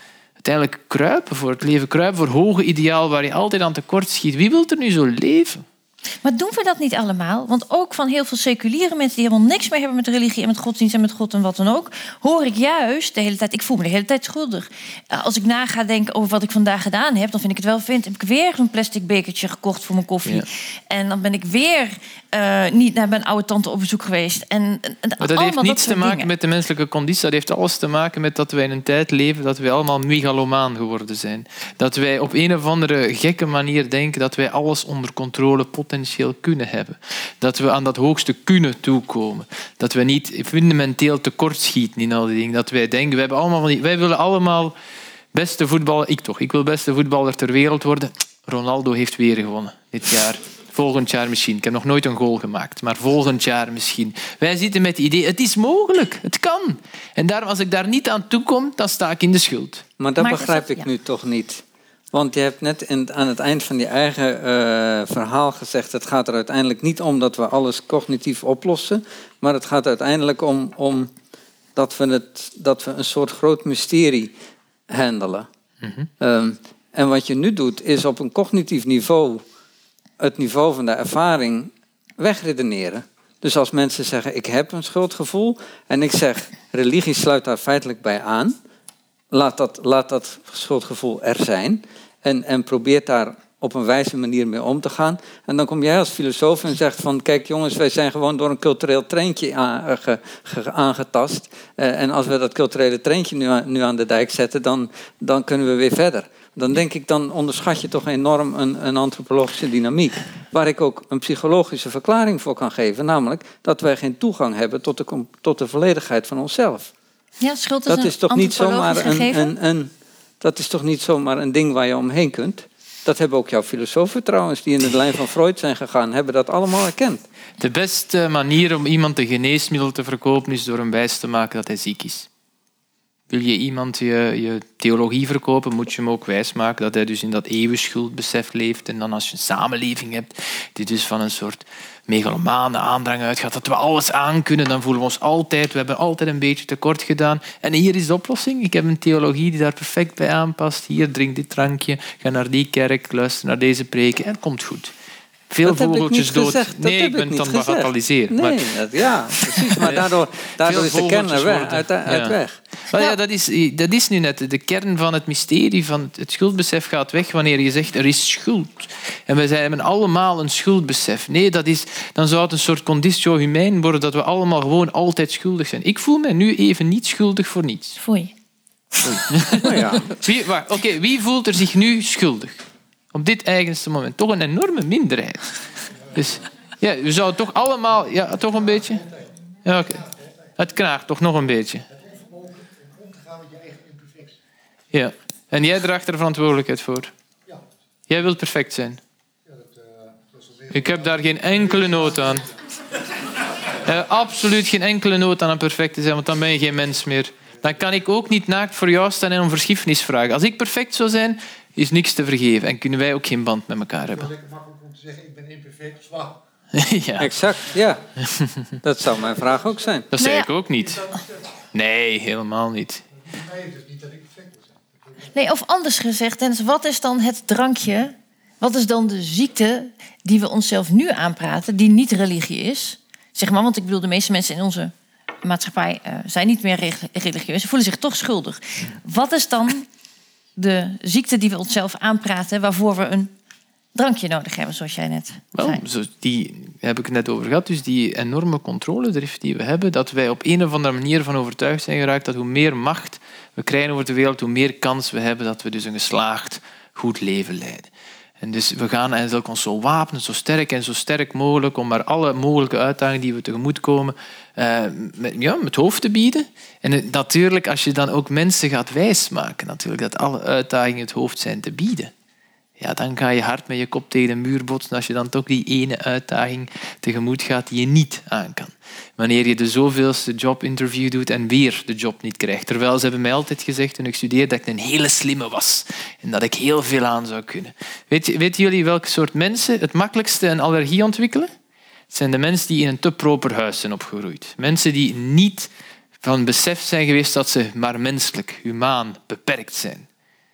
uiteindelijk kruipen voor het leven. Kruipen voor hoge ideaal waar je altijd aan tekort schiet. Wie wil er nu zo leven?
Maar doen we dat niet allemaal? Want ook van heel veel seculiere mensen die helemaal niks meer hebben met religie en met godsdienst en met God en wat dan ook, hoor ik juist de hele tijd, ik voel me de hele tijd schuldig. Als ik na ga denken over wat ik vandaag gedaan heb, dan vind ik het wel vind. Heb ik weer zo'n plastic bekertje gekocht voor mijn koffie. Ja. En dan ben ik weer uh, niet naar mijn oude tante op bezoek geweest. En, en,
maar dat heeft niets dat te maken dingen. met de menselijke conditie. Dat heeft alles te maken met dat wij in een tijd leven dat wij allemaal megalomaan geworden zijn. Dat wij op een of andere gekke manier denken dat wij alles onder controle potentieel kunnen hebben. Dat we aan dat hoogste kunnen toekomen. Dat we niet fundamenteel tekortschieten in al die dingen. Dat wij denken, wij, hebben allemaal van die, wij willen allemaal beste voetballer, ik toch, ik wil beste voetballer ter wereld worden. Ronaldo heeft weer gewonnen dit jaar. Volgend jaar misschien. Ik heb nog nooit een goal gemaakt, maar volgend jaar misschien. Wij zitten met het idee, het is mogelijk, het kan. En daarom, als ik daar niet aan toekom, dan sta ik in de schuld.
Maar dat maar begrijp dat, ik ja. nu toch niet. Want je hebt net in, aan het eind van je eigen uh, verhaal gezegd, het gaat er uiteindelijk niet om dat we alles cognitief oplossen, maar het gaat uiteindelijk om, om dat, we het, dat we een soort groot mysterie handelen. Mm-hmm. Um, en wat je nu doet, is op een cognitief niveau het niveau van de ervaring wegredeneren. Dus als mensen zeggen, ik heb een schuldgevoel, en ik zeg, religie sluit daar feitelijk bij aan, laat dat, laat dat schuldgevoel er zijn en, en probeer daar op een wijze manier mee om te gaan. En dan kom jij als filosoof en zegt van, kijk jongens, wij zijn gewoon door een cultureel treintje aange, ge, aangetast. Uh, en als we dat culturele treintje nu aan, nu aan de dijk zetten, dan, dan kunnen we weer verder. Dan denk ik, dan onderschat je toch enorm een, een antropologische dynamiek. Waar ik ook een psychologische verklaring voor kan geven. Namelijk dat wij geen toegang hebben tot de, tot de volledigheid van onszelf.
Ja, schuld is
dat is toch niet zomaar een, een, een, dat is toch niet zomaar een ding waar je omheen kunt. Dat hebben ook jouw filosofen trouwens, die in de lijn van Freud zijn gegaan, hebben dat allemaal erkend.
De beste manier om iemand een geneesmiddel te verkopen is door hem wijs te maken dat hij ziek is. Wil je iemand je, je theologie verkopen, moet je hem ook wijsmaken dat hij dus in dat eeuwig schuldbesef leeft. En dan als je een samenleving hebt die dus van een soort megalomane aandrang uitgaat, dat we alles aankunnen, dan voelen we ons altijd, we hebben altijd een beetje tekort gedaan. En hier is de oplossing. Ik heb een theologie die daar perfect bij aanpast. Hier, drink dit drankje, ga naar die kerk, luister naar deze preken en het komt goed. Veel
dat
vogeltjes dood.
Gezegd.
Nee, ik ben het dan bagatelliseren.
Nee, maar... dat, ja, precies. Maar daardoor, daardoor is de kern er weg, uit, uit ja. weg.
Well, ja, dat, is, dat is nu net de kern van het mysterie. Van het schuldbesef gaat weg wanneer je zegt er is schuld. En wij hebben allemaal een schuldbesef. Nee, dat is, dan zou het een soort conditio humain worden dat we allemaal gewoon altijd schuldig zijn. Ik voel me nu even niet schuldig voor niets.
Foei.
Oh, ja. Wie, wacht, okay, wie voelt er zich nu schuldig? Op dit eigenste moment. Toch een enorme minderheid. Dus ja, we zouden toch allemaal... Ja, toch een beetje? Ja, oké. Okay. Het knaagt toch nog een beetje. Ja. En jij draagt er verantwoordelijkheid voor? Jij wilt perfect zijn? Ik heb daar geen enkele nood aan. Uh, absoluut geen enkele nood aan om perfect te zijn, want dan ben je geen mens meer. Dan kan ik ook niet naakt voor jou staan en om vergiffenis vragen. Als ik perfect zou zijn, is niks te vergeven. En kunnen wij ook geen band met elkaar hebben. Het is lekker makkelijk om te zeggen, ik ben imperfect, zwak.
Ja. Exact, ja. Dat zou mijn vraag ook zijn.
Dat zei nee, ik ook niet. Nee, helemaal niet.
Nee, of anders gezegd, Dennis, wat is dan het drankje, wat is dan de ziekte die we onszelf nu aanpraten, die niet religie is? Zeg maar, want ik bedoel, de meeste mensen in onze maatschappij uh, zijn niet meer religieus. Ze voelen zich toch schuldig. Wat is dan de ziekte die we onszelf aanpraten, waarvoor we een drankje nodig hebben, zoals jij net zei?
Wel, die heb ik het net over gehad. Dus die enorme controledrift die we hebben, dat wij op een of andere manier van overtuigd zijn geraakt dat hoe meer macht we krijgen over de wereld, hoe meer kans we hebben dat we dus een geslaagd, goed leven leiden. En dus we gaan eigenlijk ons zo wapenen, zo sterk en zo sterk mogelijk, om maar alle mogelijke uitdagingen die we tegemoet komen, uh, met, ja, met het hoofd te bieden. En natuurlijk, als je dan ook mensen gaat wijsmaken, natuurlijk, dat alle uitdagingen het hoofd zijn te bieden, ja, dan ga je hard met je kop tegen de muur botsen als je dan toch die ene uitdaging tegemoet gaat die je niet aan kan. Wanneer je de zoveelste jobinterview doet en weer de job niet krijgt. Terwijl ze hebben mij altijd gezegd toen ik studeerde dat ik een hele slimme was. En dat ik heel veel aan zou kunnen. Weet, weten jullie welke soort mensen het makkelijkste een allergie ontwikkelen? Het zijn de mensen die in een te proper huis zijn opgegroeid. Mensen die niet van besef zijn geweest dat ze maar menselijk, humaan, beperkt zijn.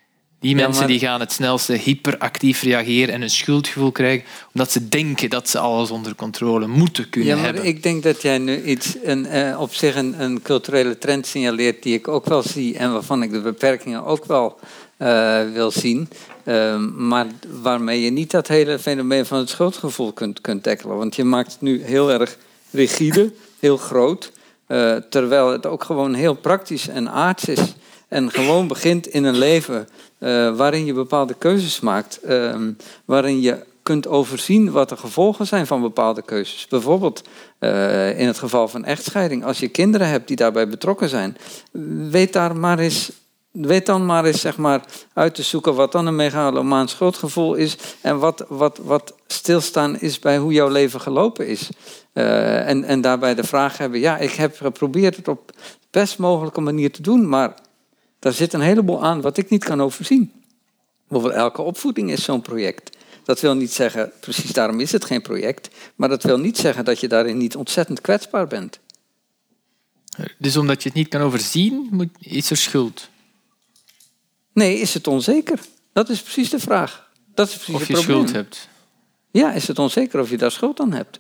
Die
Ja,
mensen
maar-
die gaan het snelste hyperactief reageren en een schuldgevoel krijgen, omdat ze denken dat ze alles onder controle moeten kunnen
Ja, maar
hebben.
ik denk dat jij nu iets, een, eh, op zich een, een culturele trend signaleert die ik ook wel zie en waarvan ik de beperkingen ook wel eh, wil zien. Uh, maar waarmee je niet dat hele fenomeen van het schuldgevoel kunt, kunt tackelen. Want je maakt het nu heel erg rigide, heel groot. Uh, terwijl het ook gewoon heel praktisch en aards is. En gewoon begint in een leven uh, waarin je bepaalde keuzes maakt. Uh, waarin je kunt overzien wat de gevolgen zijn van bepaalde keuzes. Bijvoorbeeld uh, in het geval van echtscheiding. Als je kinderen hebt die daarbij betrokken zijn, weet daar maar eens... Weet dan maar eens zeg maar, uit te zoeken wat dan een megalomaan schuldgevoel is en wat, wat, wat stilstaan is bij hoe jouw leven gelopen is. Uh, en, en daarbij de vraag hebben, ja, ik heb geprobeerd het op de best mogelijke manier te doen, maar daar zit een heleboel aan wat ik niet kan overzien. Bijvoorbeeld elke opvoeding is zo'n project. Dat wil niet zeggen, precies daarom is het geen project, maar dat wil niet zeggen dat je daarin niet ontzettend kwetsbaar bent.
Dus omdat je het niet kan overzien, moet, is er schuld.
Nee, is het onzeker? Dat is precies de vraag. Dat is precies
Of
het
je
probleem.
schuld hebt.
Ja, is het onzeker of je daar schuld aan hebt?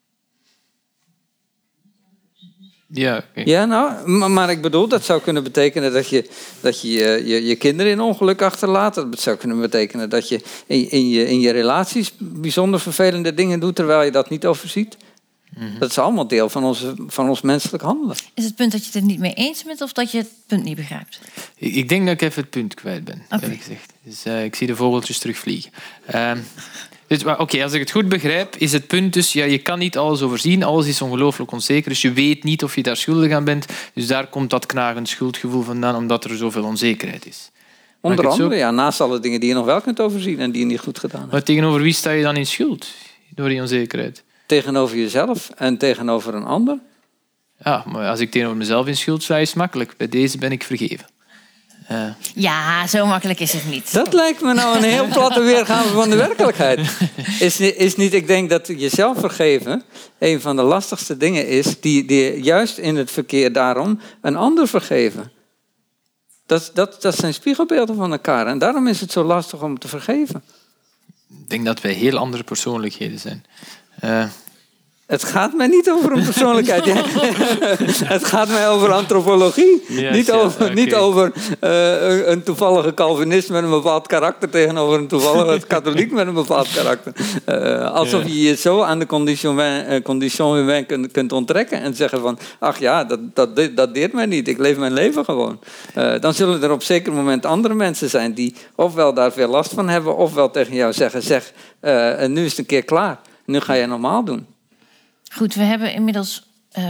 Ja, okay.
Ja, nou, maar, maar ik bedoel, dat zou kunnen betekenen dat je dat je, je, je, je kinderen in ongeluk achterlaat. Dat zou kunnen betekenen dat je in, in, je in je relaties bijzonder vervelende dingen doet terwijl je dat niet overziet. Mm-hmm. Dat is allemaal deel van, onze, van ons menselijk handelen.
Is het punt dat je het er niet mee eens bent of dat je het punt niet begrijpt?
Ik, ik denk dat ik even het punt kwijt ben,
Okay.
eerlijk gezegd. Dus uh, ik zie de vogeltjes terugvliegen. Uh, dus, Oké, okay, als ik het goed begrijp, is het punt dus... Ja, je kan niet alles overzien, alles is ongelooflijk onzeker. Dus je weet niet of je daar schuldig aan bent. Dus daar komt dat knagend schuldgevoel vandaan, omdat er zoveel onzekerheid is.
Onder andere,
zo...
ja, naast alle dingen die je nog wel kunt overzien en die je niet goed gedaan hebt.
Maar tegenover wie sta je dan in schuld? Door die onzekerheid?
Tegenover jezelf en tegenover een ander.
Ja, maar als ik tegenover mezelf in schuld sta, is het makkelijk. Bij deze ben ik vergeven. Uh.
Ja, zo makkelijk is het niet.
Dat lijkt me nou een heel platte weergave van de werkelijkheid. Is, is niet, ik denk dat jezelf vergeven een van de lastigste dingen is... die, die juist in het verkeer daarom een ander vergeven. Dat, dat, dat zijn spiegelbeelden van elkaar. En daarom is het zo lastig om te vergeven.
Ik denk dat wij heel andere persoonlijkheden zijn. Uh.
Het gaat mij niet over een persoonlijkheid. Het gaat mij over antropologie.
Yes,
niet over,
ja, okay.
niet over uh, een toevallige Calvinist met een bepaald karakter tegenover een toevallige katholiek met een bepaald karakter. Uh, alsof ja. je je zo aan de condition, uh, condition humain kunt, kunt onttrekken en zeggen van, ach ja, dat, dat, dat deert mij niet. Ik leef mijn leven gewoon. Uh, dan zullen er op zeker moment andere mensen zijn die ofwel daar veel last van hebben, ofwel tegen jou zeggen, zeg, uh, nu is het een keer klaar. Nu ga je normaal doen.
Goed, we hebben inmiddels uh,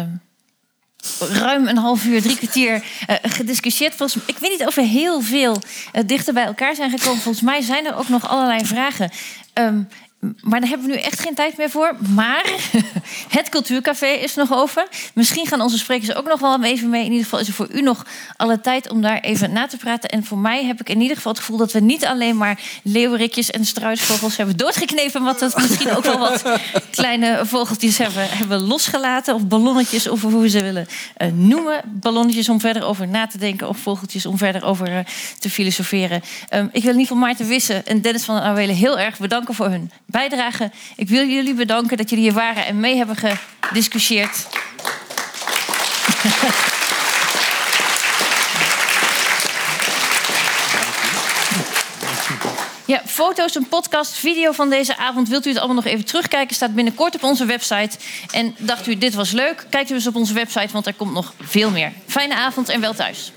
ruim een half uur, drie kwartier uh, gediscussieerd. Volgens, ik weet niet of we heel veel uh, dichter bij elkaar zijn gekomen. Volgens mij zijn er ook nog allerlei vragen. Um, maar daar hebben we nu echt geen tijd meer voor. Maar het Cultuurcafé is nog open. Misschien gaan onze sprekers ook nog wel even mee. In ieder geval is er voor u nog alle tijd om daar even na te praten. En voor mij heb ik in ieder geval het gevoel dat we niet alleen maar leeuwerikjes en struisvogels hebben doodgeknepen. Maar dat we misschien ook wel wat kleine vogeltjes hebben, hebben losgelaten. Of ballonnetjes, of hoe we ze willen uh, noemen. Ballonnetjes om verder over na te denken. Of vogeltjes om verder over uh, te filosoferen. Um, ik wil in ieder geval Maarten Wisse en Dennis van den Auwelen heel erg bedanken voor hun bijdrage. Ik wil jullie bedanken dat jullie hier waren en mee hebben gediscussieerd. Ja, foto's, een podcast, video van deze avond. Wilt u het allemaal nog even terugkijken? Staat binnenkort op onze website. En dacht u, dit was leuk? Kijkt u eens op onze website, want er komt nog veel meer. Fijne avond en wel thuis.